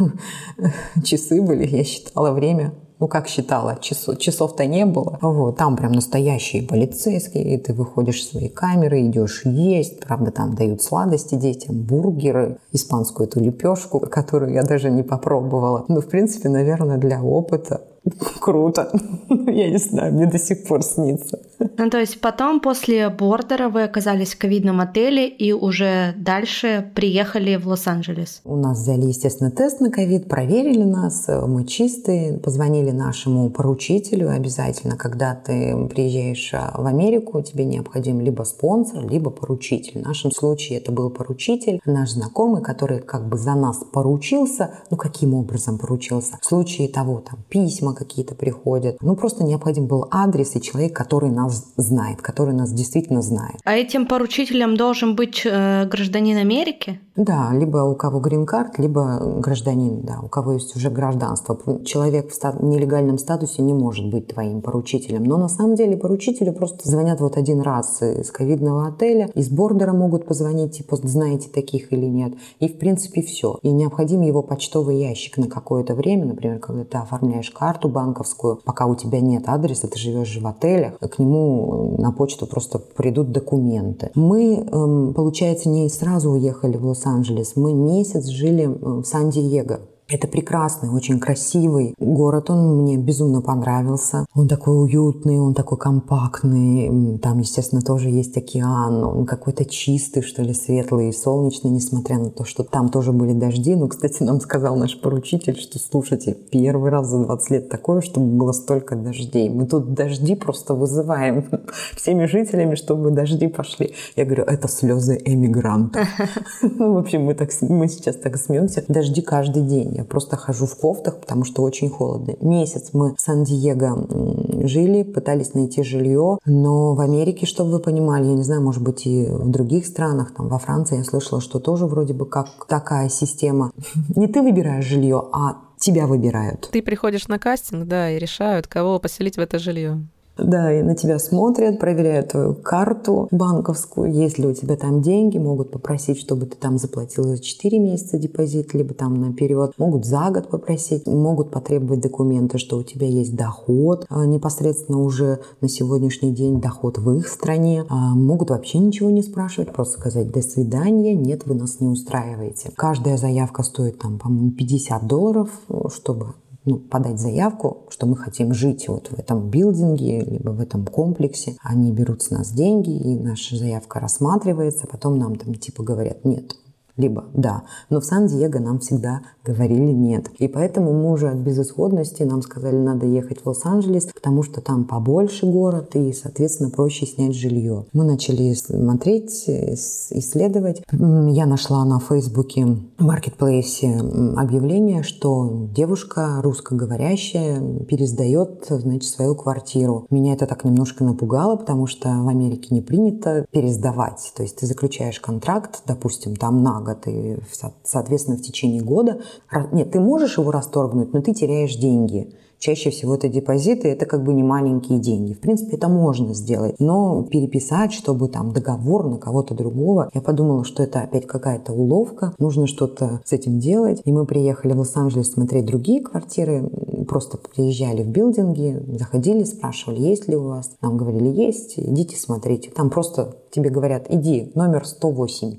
часы были. Я считала время. Ну, как считала, часов, часов-то не было. Вот, там прям настоящие полицейские, и ты выходишь в свои камеры, идешь есть. Правда, там дают сладости детям, бургеры, испанскую эту лепешку, которую я даже не попробовала. Ну, в принципе, наверное, для опыта круто. Я не знаю, мне до сих пор снится. Ну, то есть потом, после бордера, вы оказались в ковидном отеле и уже дальше приехали в Лос-Анджелес. У нас взяли, естественно, тест на ковид, проверили нас, мы чистые, позвонили нашему поручителю обязательно. Когда ты приезжаешь в Америку, тебе необходим либо спонсор, либо поручитель. В нашем случае это был поручитель, наш знакомый, который как бы за нас поручился. Ну, каким образом поручился? В случае того, там, письма какие-то приходят. Ну, просто необходим был адрес и человек, который нас знает, который нас действительно знает. А этим поручителем должен быть э, гражданин Америки? Да, либо у кого грин-карт, либо гражданин, да, у кого есть уже гражданство. Человек в стат- нелегальном статусе не может быть твоим поручителем. Но на самом деле поручителю просто звонят вот один раз из ковидного отеля, из бордера могут позвонить, типа, знаете таких или нет. И в принципе все. И необходим его почтовый ящик на какое-то время, например, когда ты оформляешь карту банковскую, пока у тебя нет адреса, ты живешь же в отелях, к нему на почту просто придут документы. Мы, получается, не сразу уехали в Лос-Анджелес, мы месяц жили в Сан-Диего. Это прекрасный, очень красивый город, он мне безумно понравился. Он такой уютный, он такой компактный, там, естественно, тоже есть океан, он какой-то чистый, что ли, светлый и солнечный, несмотря на то, что там тоже были дожди. Ну, кстати, нам сказал наш поручитель, что, слушайте, первый раз за двадцать лет такое, чтобы было столько дождей. Мы тут дожди просто вызываем всеми жителями, чтобы дожди пошли. Я говорю, это слезы эмигрантов. В общем, мы сейчас так смеемся. Дожди каждый день. Я просто хожу в кофтах, потому что очень холодно. Месяц мы в Сан-Диего жили, пытались найти жилье, но в Америке, чтобы вы понимали, я не знаю, может быть, и в других странах, там, во Франции я слышала, что тоже вроде бы как такая система. Не ты выбираешь жилье, а тебя выбирают. Ты приходишь на кастинг, да, и решают, кого поселить в это жилье. Да, и на тебя смотрят, проверяют твою карту банковскую, есть ли у тебя там деньги, могут попросить, чтобы ты там заплатил за четыре месяца депозит, либо там наперед, могут за год попросить, могут потребовать документы, что у тебя есть доход, непосредственно уже на сегодняшний день доход в их стране, могут вообще ничего не спрашивать, просто сказать «до свидания, нет, вы нас не устраиваете». Каждая заявка стоит там, по-моему, пятьдесят долларов, чтобы... Ну, подать заявку, что мы хотим жить вот в этом билдинге, либо в этом комплексе. Они берут с нас деньги, и наша заявка рассматривается, потом нам там типа говорят «нет». Либо «да». Но в Сан-Диего нам всегда говорили «нет». И поэтому мы уже от безысходности нам сказали, надо ехать в Лос-Анджелес, потому что там побольше город и, соответственно, проще снять жилье. Мы начали смотреть, исследовать. Я нашла на Фейсбуке, в маркетплейсе объявление, что девушка русскоговорящая пересдает, значит, свою квартиру. Меня это так немножко напугало, потому что в Америке не принято пересдавать. То есть ты заключаешь контракт, допустим, там на год, и, соответственно, в течение года... Нет, ты можешь его расторгнуть, но ты теряешь деньги. Чаще всего это депозиты, это как бы не маленькие деньги. В принципе, это можно сделать. Но переписать, чтобы там договор на кого-то другого, я подумала, что это опять какая-то уловка, нужно что-то с этим делать. И мы приехали в Лос-Анджелес смотреть другие квартиры, просто приезжали в билдинги, заходили, спрашивали, есть ли у вас. Нам говорили, есть, идите смотрите. Там просто тебе говорят, иди, номер сто восемь.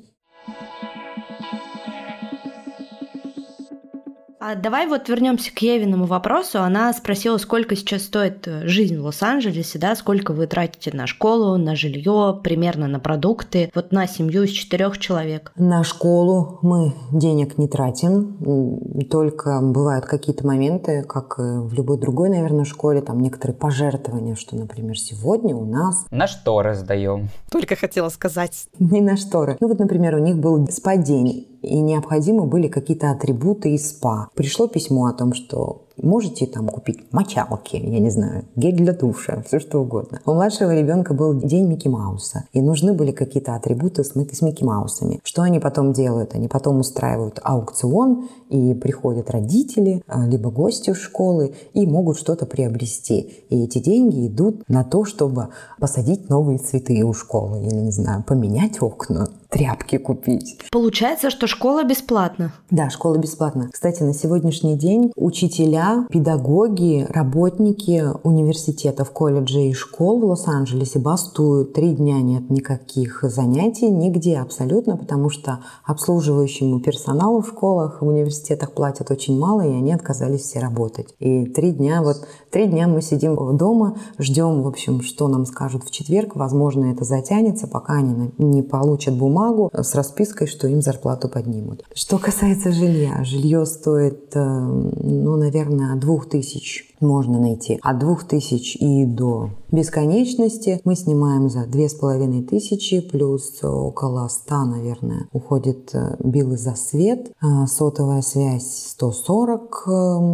А давай вот вернемся к Евиному вопросу. Она спросила, сколько сейчас стоит жизнь в Лос-Анджелесе, да, сколько вы тратите на школу, на жилье, примерно на продукты, вот на семью из четырех человек. На школу мы денег не тратим, только бывают какие-то моменты, как в любой другой, наверное, школе, там некоторые пожертвования, что, например, сегодня у нас... На шторы сдаем. Только хотела сказать. Не на шторы. Ну вот, например, у них был спа-день. и необходимы были какие-то атрибуты из спа. Пришло письмо о том, что можете там купить мочалки, я не знаю, гель для душа, все что угодно. У младшего ребенка был день Микки Мауса, и нужны были какие-то атрибуты с Микки Маусами. Что они потом делают? Они потом устраивают аукцион, и приходят родители, либо гости школы, и могут что-то приобрести. И эти деньги идут на то, чтобы посадить новые цветы у школы, или, не знаю, поменять окна, тряпки купить. Получается, что школа бесплатна? Да, школа бесплатна. Кстати, на сегодняшний день учителя, педагоги, работники университетов, колледжей и школ в Лос-Анджелесе бастуют. Три дня нет никаких занятий, нигде абсолютно, потому что обслуживающему персоналу в школах, в университетах платят очень мало, и они отказались все работать. И три дня, вот три дня мы сидим дома, ждем, в общем, что нам скажут в четверг. Возможно, это затянется, пока они не получат бумагу с распиской, что им зарплату поднимут. Что касается жилья, жилье стоит, ну, наверное, от двух тысяч можно найти. От двух тысяч и до бесконечности. Мы снимаем за две с половиной тысячи, плюс около ста, наверное, уходит биллы за свет, сотовая связь сто сорок,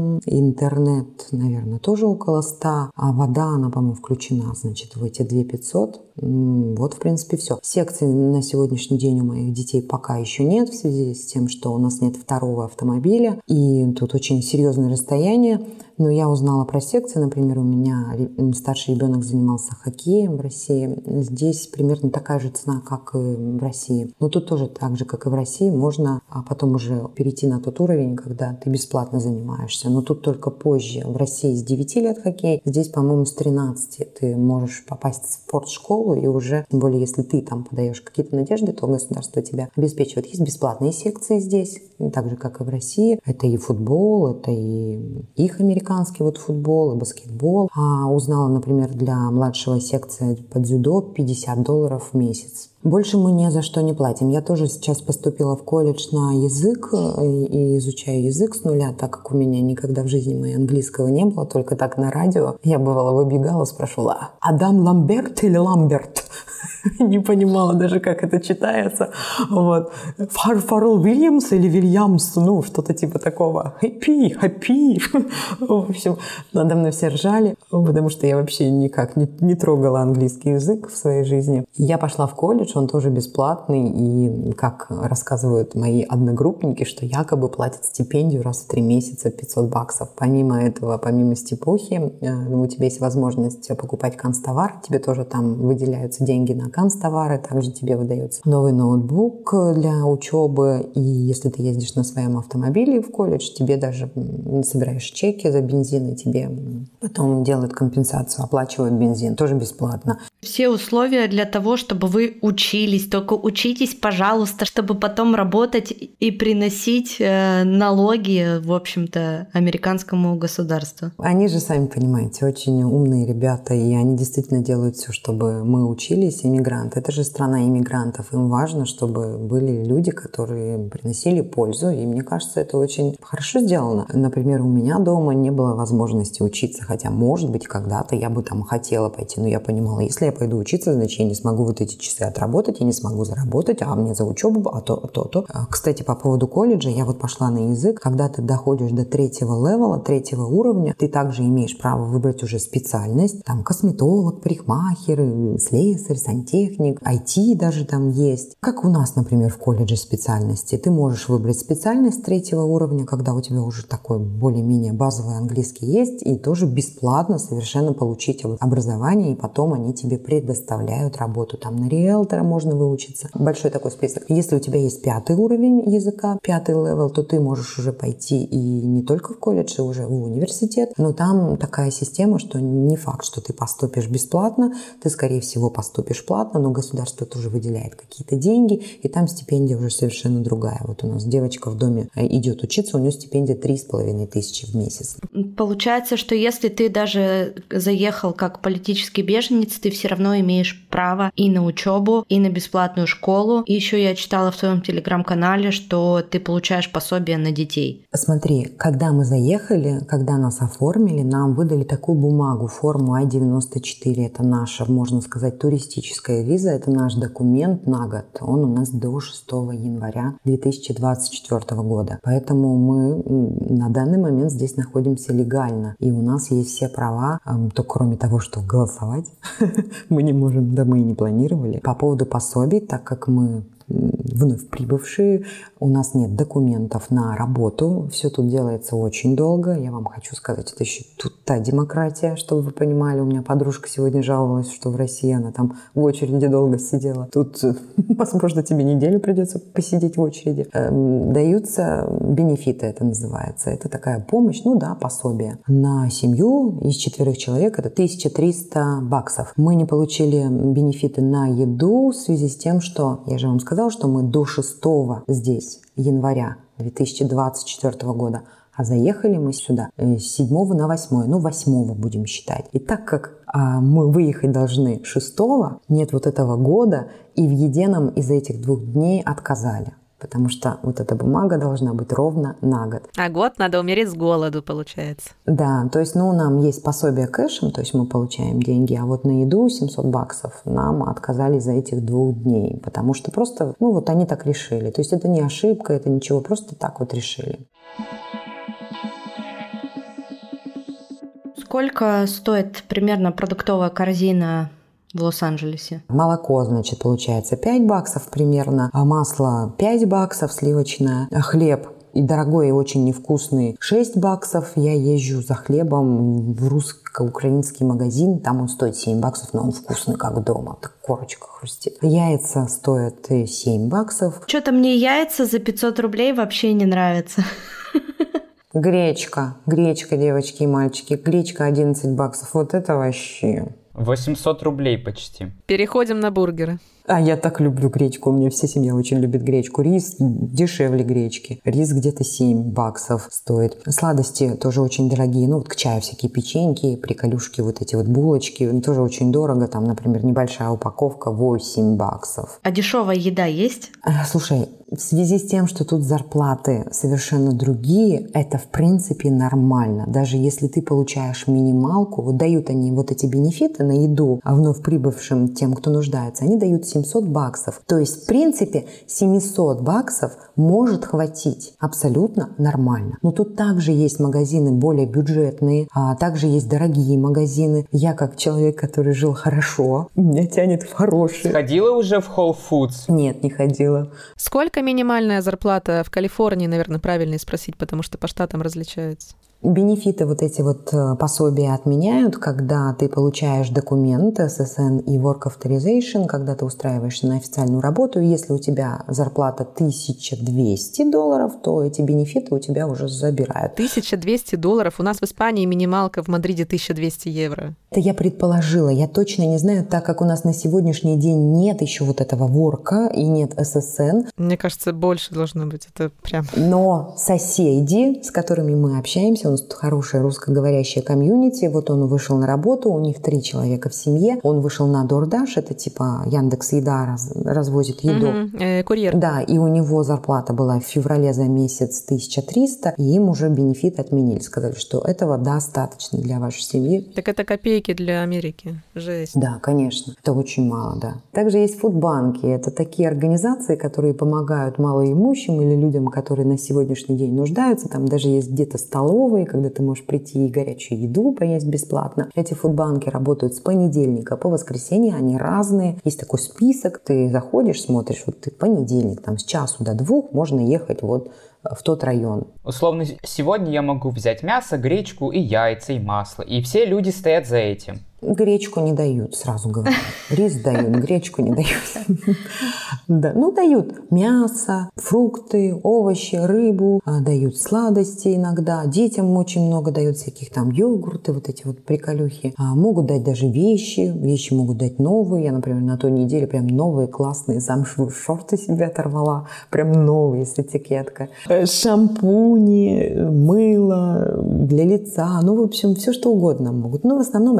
интернет, наверное, тоже около ста, а вода, она, по-моему, включена, значит, в эти две тысячи пятьсот. Вот, в принципе, все. Секций на сегодняшний день у моих детей пока еще нет, в связи с тем, что у нас нет второго автомобиля, и тут очень серьезное расстояние. Но я узнала про секции, например, у меня старший ребенок занимался хоккеем в России. Здесь примерно такая же цена, как и в России. Но тут тоже так же, как и в России, можно а потом уже перейти на тот уровень, когда ты бесплатно занимаешься. Но тут только позже. В России с девяти лет хоккей, здесь, по-моему, с тринадцати ты можешь попасть в спортшколу, и уже, тем более, если ты там подаешь какие-то надежды, то государство тебя обеспечивает. Есть бесплатные секции здесь, так же, как и в России. Это и футбол, это и их американский вот футбол и баскетбол. А узнала, например, для младшего секции по дзюдо пятьдесят долларов в месяц. Больше мы ни за что не платим. Я тоже сейчас поступила в колледж на язык и изучаю язык с нуля, так как у меня никогда в жизни моей английского не было, только так на радио. Я бывало выбегала, спрашивала: Адам Ламберт или Ламберт? Не понимала даже, как это читается. Вот. Фаррелл Уильямс или Вильямс, ну, что-то типа такого. Хэппи, хэппи. В общем, надо мной все ржали, потому что я вообще никак не, не трогала английский язык в своей жизни. Я пошла в колледж, он тоже бесплатный, и, как рассказывают мои одногруппники, что якобы платят стипендию раз в три месяца пятьсот баксов. Помимо этого, помимо стипохи, у тебя есть возможность покупать канцтовар, тебе тоже там выделяются деньги на канцтовары, также тебе выдается новый ноутбук для учебы, и если ты ездишь на своем автомобиле в колледж, тебе даже собираешь чеки за бензин, и тебе потом делают компенсацию, оплачивают бензин, тоже бесплатно. Все условия для того, чтобы вы учились, только учитесь, пожалуйста, чтобы потом работать и приносить э, налоги, в общем-то, американскому государству. Они же, сами понимаете, очень умные ребята, и они действительно делают все, чтобы мы учились, иммигранты. Это же страна иммигрантов, им важно, чтобы были люди, которые приносили пользу, и мне кажется, это очень хорошо сделано. Например, у меня дома не было возможности учиться, хотя, может быть, когда-то я бы там хотела пойти, но я понимала, если я пойду учиться, значит, я не смогу вот эти часы отработать, я не смогу заработать, а мне за учебу, а то, а то, а то. Кстати, по поводу колледжа, я вот пошла на язык. Когда ты доходишь до третьего левела, третьего уровня, ты также имеешь право выбрать уже специальность. Там косметолог, парикмахер, слесарь, сантехник, ай ти даже там есть. Как у нас, например, в колледже специальности. Ты можешь выбрать специальность третьего уровня, когда у тебя уже такой более-менее базовый английский есть, и тоже бесплатно совершенно получить образование, и потом они тебе предоставляют работу. Там на риэлтора можно выучиться. Большой такой список. Если у тебя есть пятый уровень языка, пятый левел, то ты можешь уже пойти и не только в колледж, и уже в университет. Но там такая система, что не факт, что ты поступишь бесплатно, ты, скорее всего, поступишь платно, но государство тоже выделяет какие-то деньги, и там стипендия уже совершенно другая. Вот у нас девочка в доме идет учиться, у нее стипендия три с половиной тысячи в месяц. Получается, что если ты даже заехал как политический беженец, ты все равно имеешь право и на учебу, и на бесплатную школу. И еще я читала в твоем телеграм-канале, что ты получаешь пособие на детей. Смотри, когда мы заехали, когда нас оформили, нам выдали такую бумагу, форму ай девяносто четыре. Это наша, можно сказать, туристическая виза. Это наш документ на год. Он у нас до шестого января две тысячи двадцать четвёртого года. Поэтому мы на данный момент здесь находимся легально. И у нас есть все права, то кроме того, что голосовать мы не можем, да мы и не планировали. По поводу пособий, так как мы вновь прибывшие, у нас нет документов на работу, все тут делается очень долго. Я вам хочу сказать, это еще тут та демократия, чтобы вы понимали. У меня подружка сегодня жаловалась, что в России она там в очереди долго сидела. Тут, возможно, тебе неделю придется посидеть в очереди. Даются бенефиты, это называется. Это такая помощь, ну да, пособие. На семью из четверых человек это тысяча триста баксов. Мы не получили бенефиты на еду в связи с тем, что, я же вам сказала, что мы до шестого здесь, января две тысячи двадцать четвёртого года, а заехали мы сюда с седьмого на восьмое, ну восьмого будем считать. И так как а, мы выехать должны шестого, нет вот этого года, и в еде нам из этих двух дней отказали. Потому что вот эта бумага должна быть ровно на год. А год надо умереть с голоду, получается. Да, то есть, ну, нам есть пособие кэшем, то есть мы получаем деньги, а вот на еду семьсот баксов нам отказали за этих двух дней, потому что просто, ну, вот они так решили. То есть это не ошибка, это ничего, просто так вот решили. Сколько стоит примерно продуктовая корзина в Лос-Анджелесе? Молоко, значит, получается пять баксов примерно, а масло пять баксов сливочное, а хлеб и дорогой, и очень невкусный шесть баксов. Я езжу за хлебом в русско-украинский магазин, там он стоит семь баксов, но он вкусный, как дома, так корочка хрустит. Яйца стоят семь баксов. Что-то мне яйца за пятьсот рублей вообще не нравятся. Гречка, гречка, девочки и мальчики, гречка одиннадцать баксов, вот это вообще... восемьсот рублей почти. Переходим на бургеры. А я так люблю гречку, у меня вся семья очень любит гречку. Рис дешевле гречки. Рис где-то семь баксов стоит. Сладости тоже очень дорогие. Ну вот к чаю всякие печеньки, приколюшки, вот эти вот булочки. Тоже очень дорого. Там, например, небольшая упаковка восемь баксов. А дешевая еда есть? Слушай, в связи с тем, что тут зарплаты совершенно другие, это в принципе нормально. Даже если ты получаешь минималку, вот дают они вот эти бенефиты на еду, а вновь прибывшим тем, кто нуждается, они дают семьсот баксов. То есть, в принципе, семьсот баксов может хватить абсолютно нормально. Но тут также есть магазины более бюджетные, а также есть дорогие магазины. Я как человек, который жил хорошо, меня тянет в хорошие. Сходила уже в Whole Foods? Нет, не ходила. Сколько минимальная зарплата в Калифорнии, наверное, правильно спросить, потому что по штатам различается? Бенефиты, вот эти вот пособия отменяют, когда ты получаешь документ эс эс эн и Work Authorization, когда ты устраиваешься на официальную работу. Если у тебя зарплата тысяча двести долларов, то эти бенефиты у тебя уже забирают. тысяча двести долларов? У нас в Испании минималка в Мадриде тысяча двести евро. Это я предположила. Я точно не знаю, так как у нас на сегодняшний день нет еще вот этого ворка и нет эс эс эн. Мне кажется, больше должно быть. Это прям... Но соседи, с которыми мы общаемся, у нас тут хорошая русскоговорящая комьюнити, вот он вышел на работу, у них три человека в семье, он вышел на DoorDash, это типа Яндекс.Еда раз, развозит еду. Угу, э, курьер. Да, и у него зарплата была в феврале за месяц тысяча триста, и им уже бенефит отменили, сказали, что этого достаточно для вашей семьи. Так это копейки для Америки, жесть. Да, конечно, это очень мало, да. Также есть фудбанки, это такие организации, которые помогают малоимущим или людям, которые на сегодняшний день нуждаются, там даже есть где-то столовые, когда ты можешь прийти и горячую еду поесть бесплатно. Эти фудбанки работают с понедельника по воскресенье, они разные. Есть такой список, ты заходишь, смотришь, вот ты понедельник, там с часу до двух можно ехать вот в тот район. Условно, сегодня я могу взять мясо, гречку и яйца, и масло. И все люди стоят за этим. Гречку не дают, сразу говорю. Рис дают, гречку не дают. Да, ну дают мясо, фрукты, овощи, рыбу, дают сладости иногда. Детям очень много дают всяких там йогурты, вот эти вот приколюхи. Могут дать даже вещи, вещи могут дать новые. Я, например, на той неделе прям новые классные замшевые шорты себе оторвала. Прям новые с этикеткой. Шампуни, мыло для лица, ну, в общем, все что угодно могут. Но в основном это, конечно,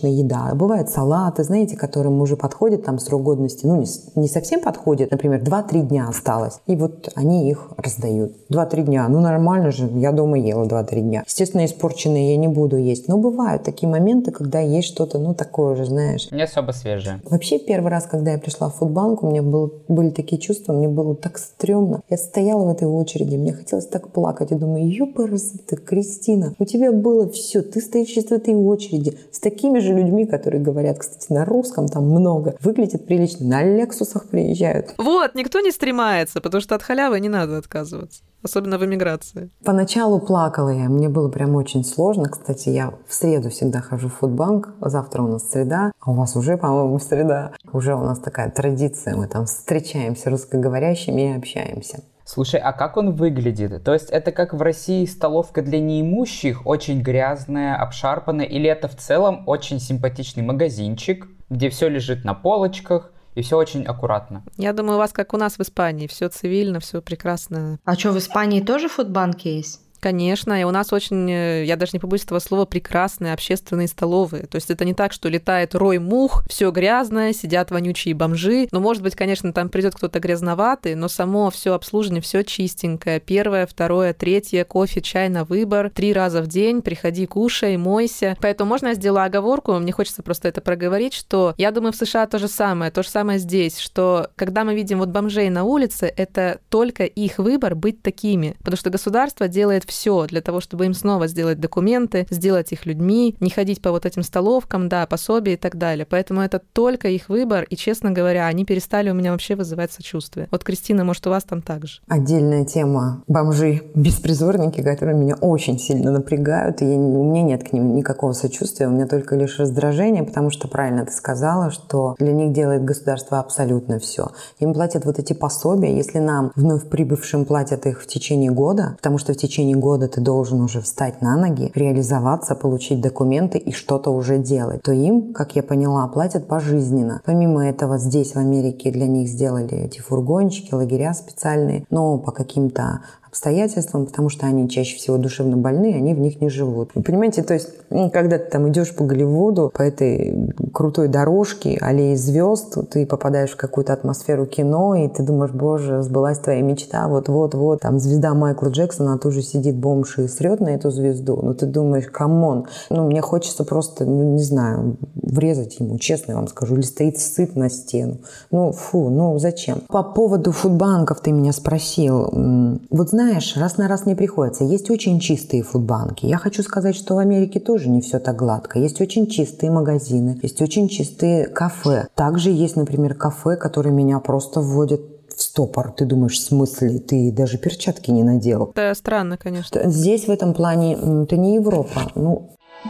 конечно, еда. Бывают салаты, знаете, которым уже подходит там срок годности. Ну, не, не совсем подходит. Например, два-три дня осталось. И вот они их раздают. два-три дня. Ну, нормально же. Я дома ела два-три дня. Естественно, испорченные я не буду есть. Но бывают такие моменты, когда есть что-то, ну, такое же, знаешь. Не особо свежее. Вообще, первый раз, когда я пришла в Фудбанк, у меня был, были такие чувства, мне было так стрёмно. Я стояла в этой очереди, мне хотелось так плакать. Я думаю, ёпарасы, Кристина, у тебя было все, ты стоишь сейчас в этой очереди с такими же людьми, которые говорят, кстати, на русском там много, выглядят прилично, на лексусах приезжают. Вот, никто не стремается, потому что от халявы не надо отказываться. Особенно в эмиграции. Поначалу плакала я, мне было прям очень сложно. Кстати, я в среду всегда хожу в Фудбанк, завтра у нас среда, а у вас уже, по-моему, среда. Уже у нас такая традиция, мы там встречаемся русскоговорящими и общаемся. Слушай, а как он выглядит? То есть это как в России столовка для неимущих, очень грязная, обшарпанная, или это в целом очень симпатичный магазинчик, где все лежит на полочках, и все очень аккуратно? Я думаю, у вас как у нас в Испании. Все цивильно, все прекрасно. А что, в Испании тоже фудбанки есть? Конечно, и у нас очень, я даже не побоюсь этого слова, прекрасные общественные столовые. То есть это не так, что летает рой мух, все грязное, сидят вонючие бомжи. Ну, может быть, конечно, там придет кто-то грязноватый, но само все обслуживание, все чистенькое. Первое, второе, третье, кофе, чай на выбор. Три раза в день приходи, кушай, мойся. Поэтому можно я сделаю оговорку, мне хочется просто это проговорить, что я думаю, в США то же самое, то же самое здесь, что когда мы видим вот бомжей на улице, это только их выбор быть такими, потому что государство делает все для того, чтобы им снова сделать документы, сделать их людьми, не ходить по вот этим столовкам, да, пособия и так далее. Поэтому это только их выбор, и, честно говоря, они перестали у меня вообще вызывать сочувствие. Вот, Кристина, может, у вас там так же? Отдельная тема — бомжи-беспризорники, которые меня очень сильно напрягают, и я, у меня нет к ним никакого сочувствия, у меня только лишь раздражение, потому что правильно ты сказала, что для них делает государство абсолютно все. Им платят вот эти пособия, если нам, вновь прибывшим, платят их в течение года, потому что в течение года ты должен уже встать на ноги, реализоваться, получить документы и что-то уже делать, то им, как я поняла, платят пожизненно. Помимо этого, здесь, в Америке, для них сделали эти фургончики, лагеря специальные, но по каким-то обстоятельствам, потому что они чаще всего душевно больны, они в них не живут. Вы понимаете, то есть, когда ты там идешь по Голливуду, по этой крутой дорожке, аллее звезд, ты попадаешь в какую-то атмосферу кино, и ты думаешь, боже, сбылась твоя мечта, вот-вот-вот, там звезда Майкла Джексона, а тут же сидит бомж и срет на эту звезду. Ну, ты думаешь, камон, ну, мне хочется просто, ну, не знаю, врезать ему, честно я вам скажу, или стоит сыт на стену. Ну, фу, ну, зачем? По поводу фудбанков ты меня спросил. Вот знаешь, Знаешь, раз на раз не приходится. Есть очень чистые фудбанки. Я хочу сказать, что в Америке тоже не все так гладко. Есть очень чистые магазины, есть очень чистые кафе. Также есть, например, кафе, которые меня просто вводят в стопор. Ты думаешь, в смысле? Ты даже перчатки не надел. Это странно, конечно. Здесь в этом плане это не Европа. Ну,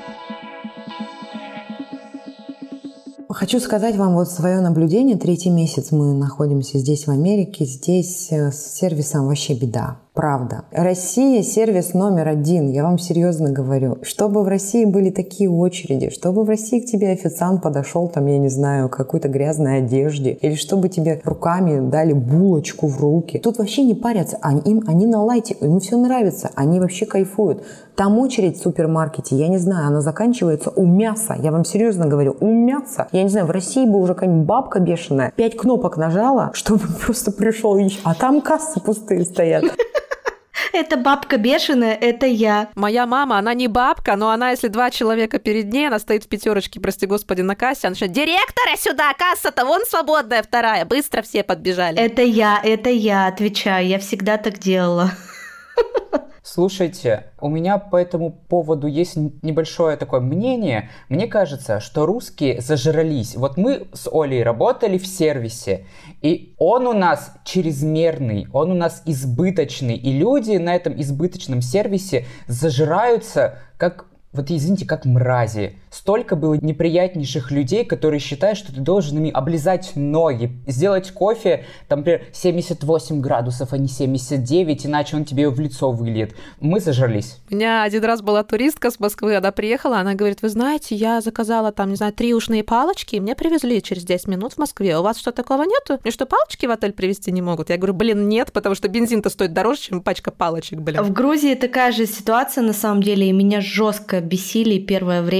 хочу сказать вам вот свое наблюдение. Третий месяц мы находимся здесь, в Америке. Здесь с сервисом вообще беда. Правда. Россия — сервис номер один, я вам серьезно говорю. Чтобы в России были такие очереди, чтобы в России к тебе официант подошел, там, я не знаю, в какой-то грязной одежде, или чтобы тебе руками дали булочку в руки. Тут вообще не парятся, они, им, они на лайте, им все нравится, они вообще кайфуют. Там очередь в супермаркете, я не знаю, она заканчивается у мяса, я вам серьезно говорю, у мяса. Я не знаю, в России бы уже какая-нибудь бабка бешеная пять кнопок нажала, чтобы просто пришел, а там кассы пустые стоят. Это бабка бешеная, это я. Моя мама, она не бабка, но она, если два человека перед ней, она стоит в пятерочке, прости господи, на кассе, она начинает: директора сюда, касса-то вон свободная вторая. Быстро все подбежали. Это я, это я, отвечаю, я всегда так делала. Слушайте, у меня по этому поводу есть небольшое такое мнение. Мне кажется, что русские зажрались. Вот мы с Олей работали в сервисе, и он у нас чрезмерный, он у нас избыточный. И люди на этом избыточном сервисе зажираются, как, вот извините, как мрази. Столько было неприятнейших людей, которые считают, что ты должен ими облизать ноги, сделать кофе, там, например, семьдесят восемь градусов, а не семьдесят девять, иначе он тебе в лицо выльет. Мы зажрались. У меня один раз была туристка с Москвы, она приехала, она говорит: вы знаете, я заказала там, не знаю, три ушные палочки, и мне привезли через десять минут в Москве. У вас что, такого нету? Мне что, палочки в отель привезти не могут? Я говорю: блин, нет, потому что бензин-то стоит дороже, чем пачка палочек, блин. В Грузии такая же ситуация, на самом деле, и меня жестко бесили первое время вот эти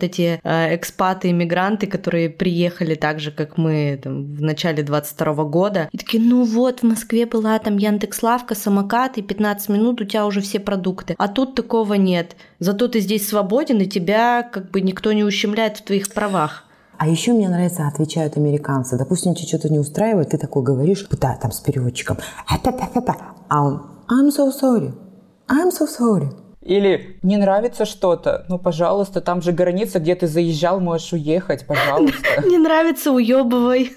эти э, экспаты, иммигранты, которые приехали так же, как мы там, в начале двадцать второго года, и такие, ну вот, в Москве была там Яндекс.Лавка, самокат, и пятнадцать минут у тебя уже все продукты. А тут такого нет. Зато ты здесь свободен, и тебя как бы никто не ущемляет в твоих правах. А еще мне нравится, отвечают американцы. Допустим, тебе что-то не устраивает, ты такой говоришь, да, там с переводчиком, а он, I'm so sorry, I'm so sorry. Или не нравится что-то, ну, пожалуйста, там же граница, где ты заезжал, можешь уехать, пожалуйста. Не нравится, уебывай.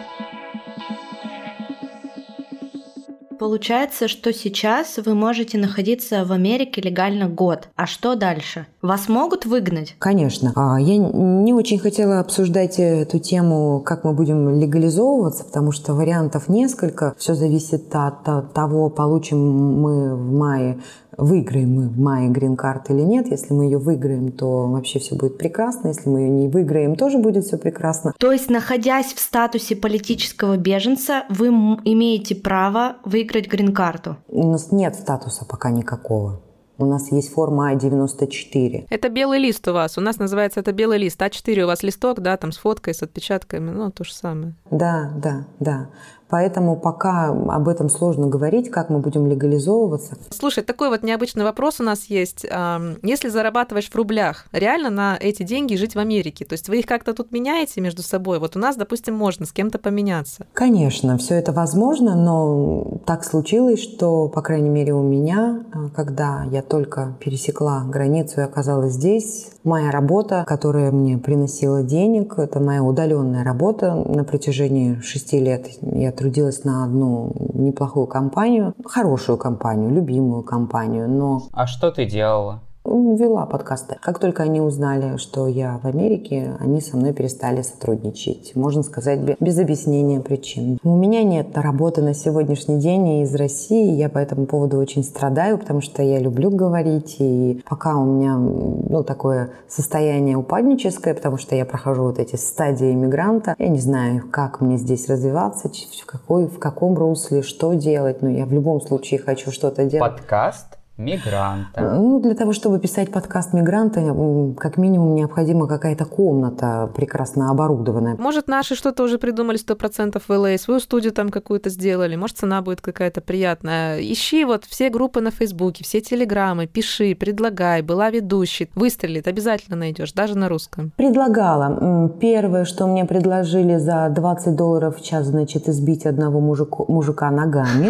Получается, что сейчас вы можете находиться в Америке легально год. А что дальше? Вас могут выгнать? Конечно. Я не очень хотела обсуждать эту тему, как мы будем легализовываться, потому что вариантов несколько. Все зависит от того, получим мы в мае, выиграем мы в мае грин-карт или нет. Если мы ее выиграем, то вообще все будет прекрасно. Если мы ее не выиграем, тоже будет все прекрасно. То есть, находясь в статусе политического беженца, вы имеете право выиграть грин-карту? У нас нет статуса пока никакого. У нас есть форма А девяносто четыре. Это белый лист у вас. У нас называется это белый лист. А четыре у вас листок, да, там с фоткой, с отпечатками. Ну, то же самое. Да, да, да. Поэтому пока об этом сложно говорить, как мы будем легализовываться. Слушай, такой вот необычный вопрос у нас есть. Если зарабатываешь в рублях, реально на эти деньги жить в Америке? То есть вы их как-то тут меняете между собой? Вот у нас, допустим, можно с кем-то поменяться. Конечно, все это возможно, но так случилось, что, по крайней мере, у меня, когда я только пересекла границу и оказалась здесь, моя работа, которая мне приносила денег, это моя удаленная работа на протяжении шести лет. Я трудилась на одну неплохую компанию, хорошую компанию, любимую компанию, но... А что ты делала? Вела подкасты. Как только они узнали, что я в Америке, они со мной перестали сотрудничать. Можно сказать, без объяснения причин. У меня нет работы на сегодняшний день из России. Я по этому поводу очень страдаю, потому что я люблю говорить. И пока у меня ну, такое состояние упадническое, потому что я прохожу вот эти стадии иммигранта, я не знаю, как мне здесь развиваться, в, какой, в каком русле, что делать. Но я в любом случае хочу что-то делать. Подкаст мигранта. Ну, для того, чтобы писать подкаст мигранта, как минимум необходима какая-то комната прекрасно оборудованная. Может, наши что-то уже придумали сто процентов в эл эй, свою студию там какую-то сделали, может, цена будет какая-то приятная. Ищи вот все группы на Фейсбуке, все телеграммы, пиши, предлагай, была ведущей. Выстрелит, обязательно найдешь, даже на русском. Предлагала. Первое, что мне предложили за двадцать долларов в час, значит, избить одного мужика, мужика ногами.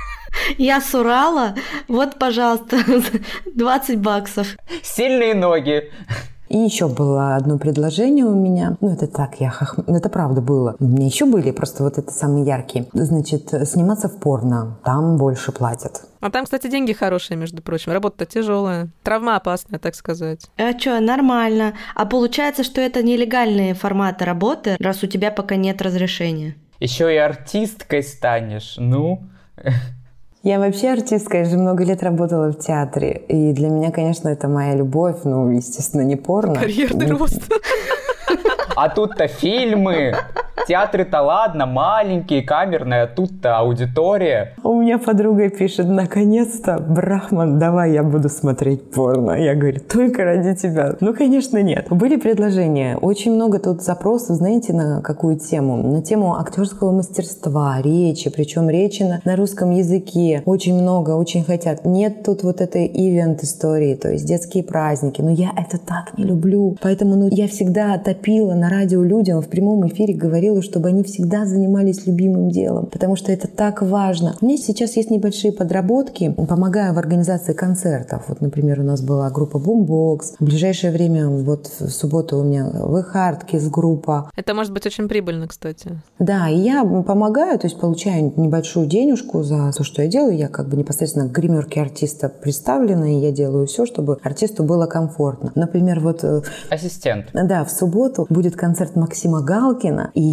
Я с Урала, вот, пожалуйста, двадцать баксов. Сильные ноги. И еще было одно предложение у меня. Ну, это так, я хох... это правда было. У меня еще были, просто вот это самые яркие. Значит, сниматься в порно. Там больше платят. А там, кстати, деньги хорошие, между прочим. Работа тяжелая. Травма опасная, так сказать. А что, нормально. А получается, что это нелегальные форматы работы, раз у тебя пока нет разрешения. Еще и артисткой станешь, ну... Я вообще артистка, я же много лет работала в театре. И для меня, конечно, это моя любовь, ну, естественно, не порно. Карьерный рост. А тут-то фильмы. Театры-то ладно, маленькие, камерные, а тут-то аудитория. У меня подруга пишет, наконец-то, Брахман, давай я буду смотреть порно. Я говорю, только ради тебя. Ну, конечно, нет. Были предложения. Очень много тут запросов, знаете, на какую тему? На тему актерского мастерства, речи, причем речи на, на русском языке. Очень много, очень хотят. Нет тут вот этой ивент-истории, то есть детские праздники. Но я это так не люблю. Поэтому ну, я всегда топила на радио людям, в прямом эфире говорила, чтобы они всегда занимались любимым делом, потому что это так важно. У меня сейчас есть небольшие подработки, помогаю в организации концертов. Вот, например, у нас была группа Boombox. В ближайшее время, вот в субботу у меня The Hardkiss группа. Это может быть очень прибыльно, кстати. Да, и я помогаю, то есть получаю небольшую денежку за то, что я делаю. Я как бы непосредственно к гримерке артиста представлена, и я делаю все, чтобы артисту было комфортно. Например, вот... Ассистент. Да, в субботу будет концерт Максима Галкина, и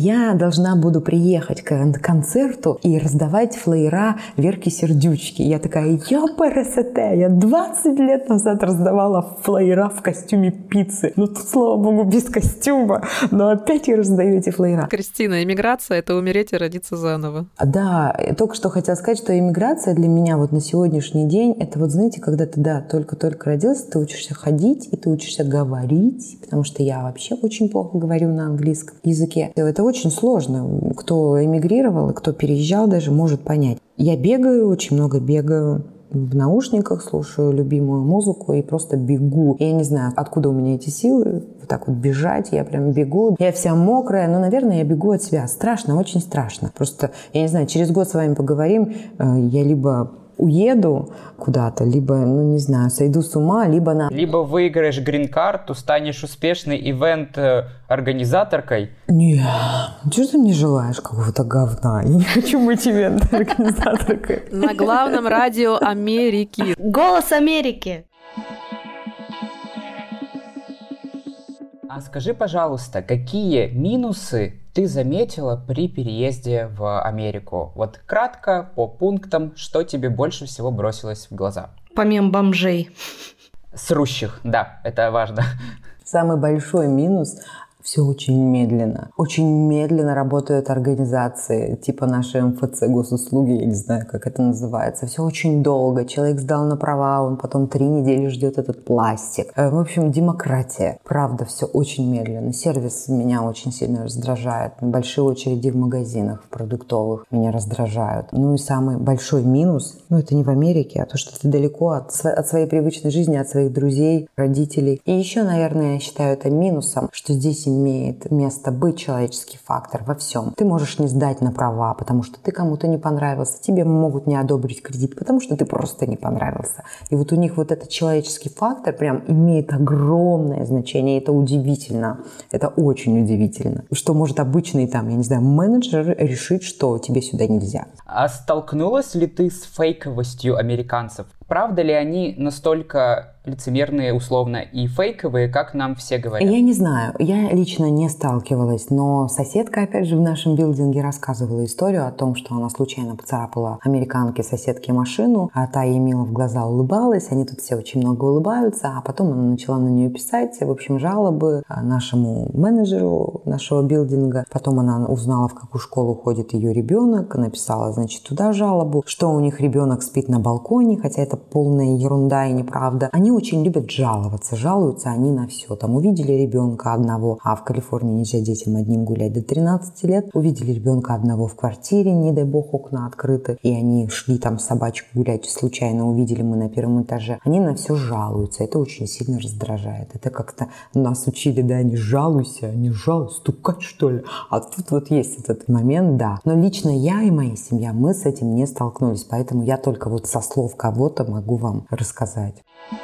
я должна буду приехать к концерту и раздавать флеера Верки Сердючки. Я такая, я ПРСТ, я двадцать лет назад раздавала флеера в костюме пиццы. Ну тут, слава богу, без костюма, но опять я раздаю эти флеера. Кристина, иммиграция — это умереть и родиться заново. Да, только что хотела сказать, что иммиграция для меня вот на сегодняшний день, это вот, знаете, когда ты, да, только-только родился, ты учишься ходить, и ты учишься говорить, потому что я вообще очень плохо говорю на английском языке. Это очень сложно. Кто эмигрировал и кто переезжал даже, может понять. Я бегаю, очень много бегаю. В наушниках слушаю любимую музыку и просто бегу. Я не знаю, откуда у меня эти силы вот так вот бежать. Я прям бегу. Я вся мокрая, но, наверное, я бегу от себя. Страшно, очень страшно. Просто, я не знаю, через год с вами поговорим. Я либо уеду куда-то, либо, ну, не знаю, сойду с ума, либо на... Либо выиграешь грин-карту, станешь успешной ивент-организаторкой. Нет, чего ты мне желаешь какого-то говна? Я не хочу быть ивент-организаторкой. На главном радио Америки. Голос Америки. А скажи, пожалуйста, какие минусы ты заметила при переезде в Америку? Вот кратко, по пунктам, что тебе больше всего бросилось в глаза? Помимо бомжей. Срущих, да, это важно. Самый большой минус — все очень медленно. Очень медленно работают организации, типа нашей эм эф цэ госуслуги, я не знаю, как это называется. Все очень долго. Человек сдал на права, он потом три недели ждет этот пластик. В общем, демократия. Правда, все очень медленно. Сервис меня очень сильно раздражает. Большие очереди в магазинах, в продуктовых меня раздражают. Ну и самый большой минус, ну это не в Америке, а то, что ты далеко от, от своей привычной жизни, от своих друзей, родителей. И еще, наверное, я считаю это минусом, что здесь имеет место быть человеческий фактор во всем. Ты можешь не сдать на права, потому что ты кому-то не понравился. Тебе могут не одобрить кредит, потому что ты просто не понравился. И вот у них вот этот человеческий фактор прям имеет огромное значение. И это удивительно. Это очень удивительно. Что может обычный там, я не знаю, менеджер решить, что тебе сюда нельзя. А столкнулась ли ты с фейковостью американцев? Правда ли они настолько лицемерные, условно, и фейковые, как нам все говорят? Я не знаю. Я лично не сталкивалась, но соседка, опять же, в нашем билдинге рассказывала историю о том, что она случайно поцарапала американке соседке машину, а та ей мило в глаза улыбалась, они тут все очень много улыбаются, а потом она начала на нее писать, в общем, жалобы нашему менеджеру нашего билдинга. Потом она узнала, в какую школу ходит ее ребенок, написала, значит, туда жалобу, что у них ребенок спит на балконе, хотя это полная ерунда и неправда. Они очень любят жаловаться. Жалуются они на все. Там увидели ребенка одного, а в Калифорнии нельзя детям одним гулять до тринадцати лет. Увидели ребенка одного в квартире, не дай бог, окна открыты, и они шли там с собачкой гулять, случайно увидели мы на первом этаже. Они на все жалуются. Это очень сильно раздражает. Это как-то нас учили, да, не жалуйся, не жалуйся, стукать, что ли. А тут вот есть этот момент, да. Но лично я и моя семья, мы с этим не столкнулись, поэтому я только вот со слов кого-то могу вам рассказать.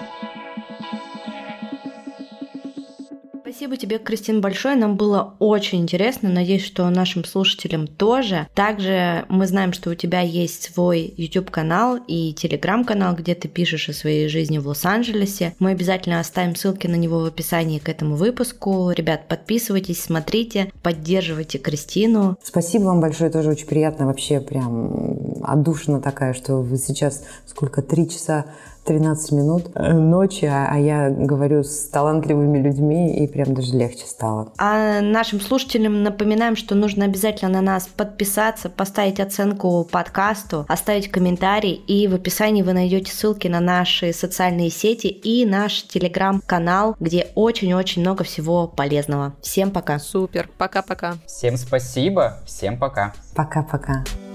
Спасибо тебе, Кристин, большое. Нам было очень интересно. Надеюсь, что нашим слушателям тоже. Также мы знаем, что у тебя есть свой YouTube-канал и Telegram-канал, где ты пишешь о своей жизни в Лос-Анджелесе. Мы обязательно оставим ссылки на него в описании к этому выпуску. Ребят, подписывайтесь, смотрите, поддерживайте Кристину. Спасибо вам большое, тоже очень приятно. Вообще прям отдушина такая, что вы сейчас сколько, три часа тринадцать минут ночи, а я говорю с талантливыми людьми, и прям даже легче стало. А нашим слушателям напоминаем, что нужно обязательно на нас подписаться, поставить оценку подкасту, оставить комментарий, и в описании вы найдете ссылки на наши социальные сети и наш телеграм-канал, где очень-очень много всего полезного. Всем пока. Супер. Пока-пока. Всем спасибо. Всем пока. Пока-пока.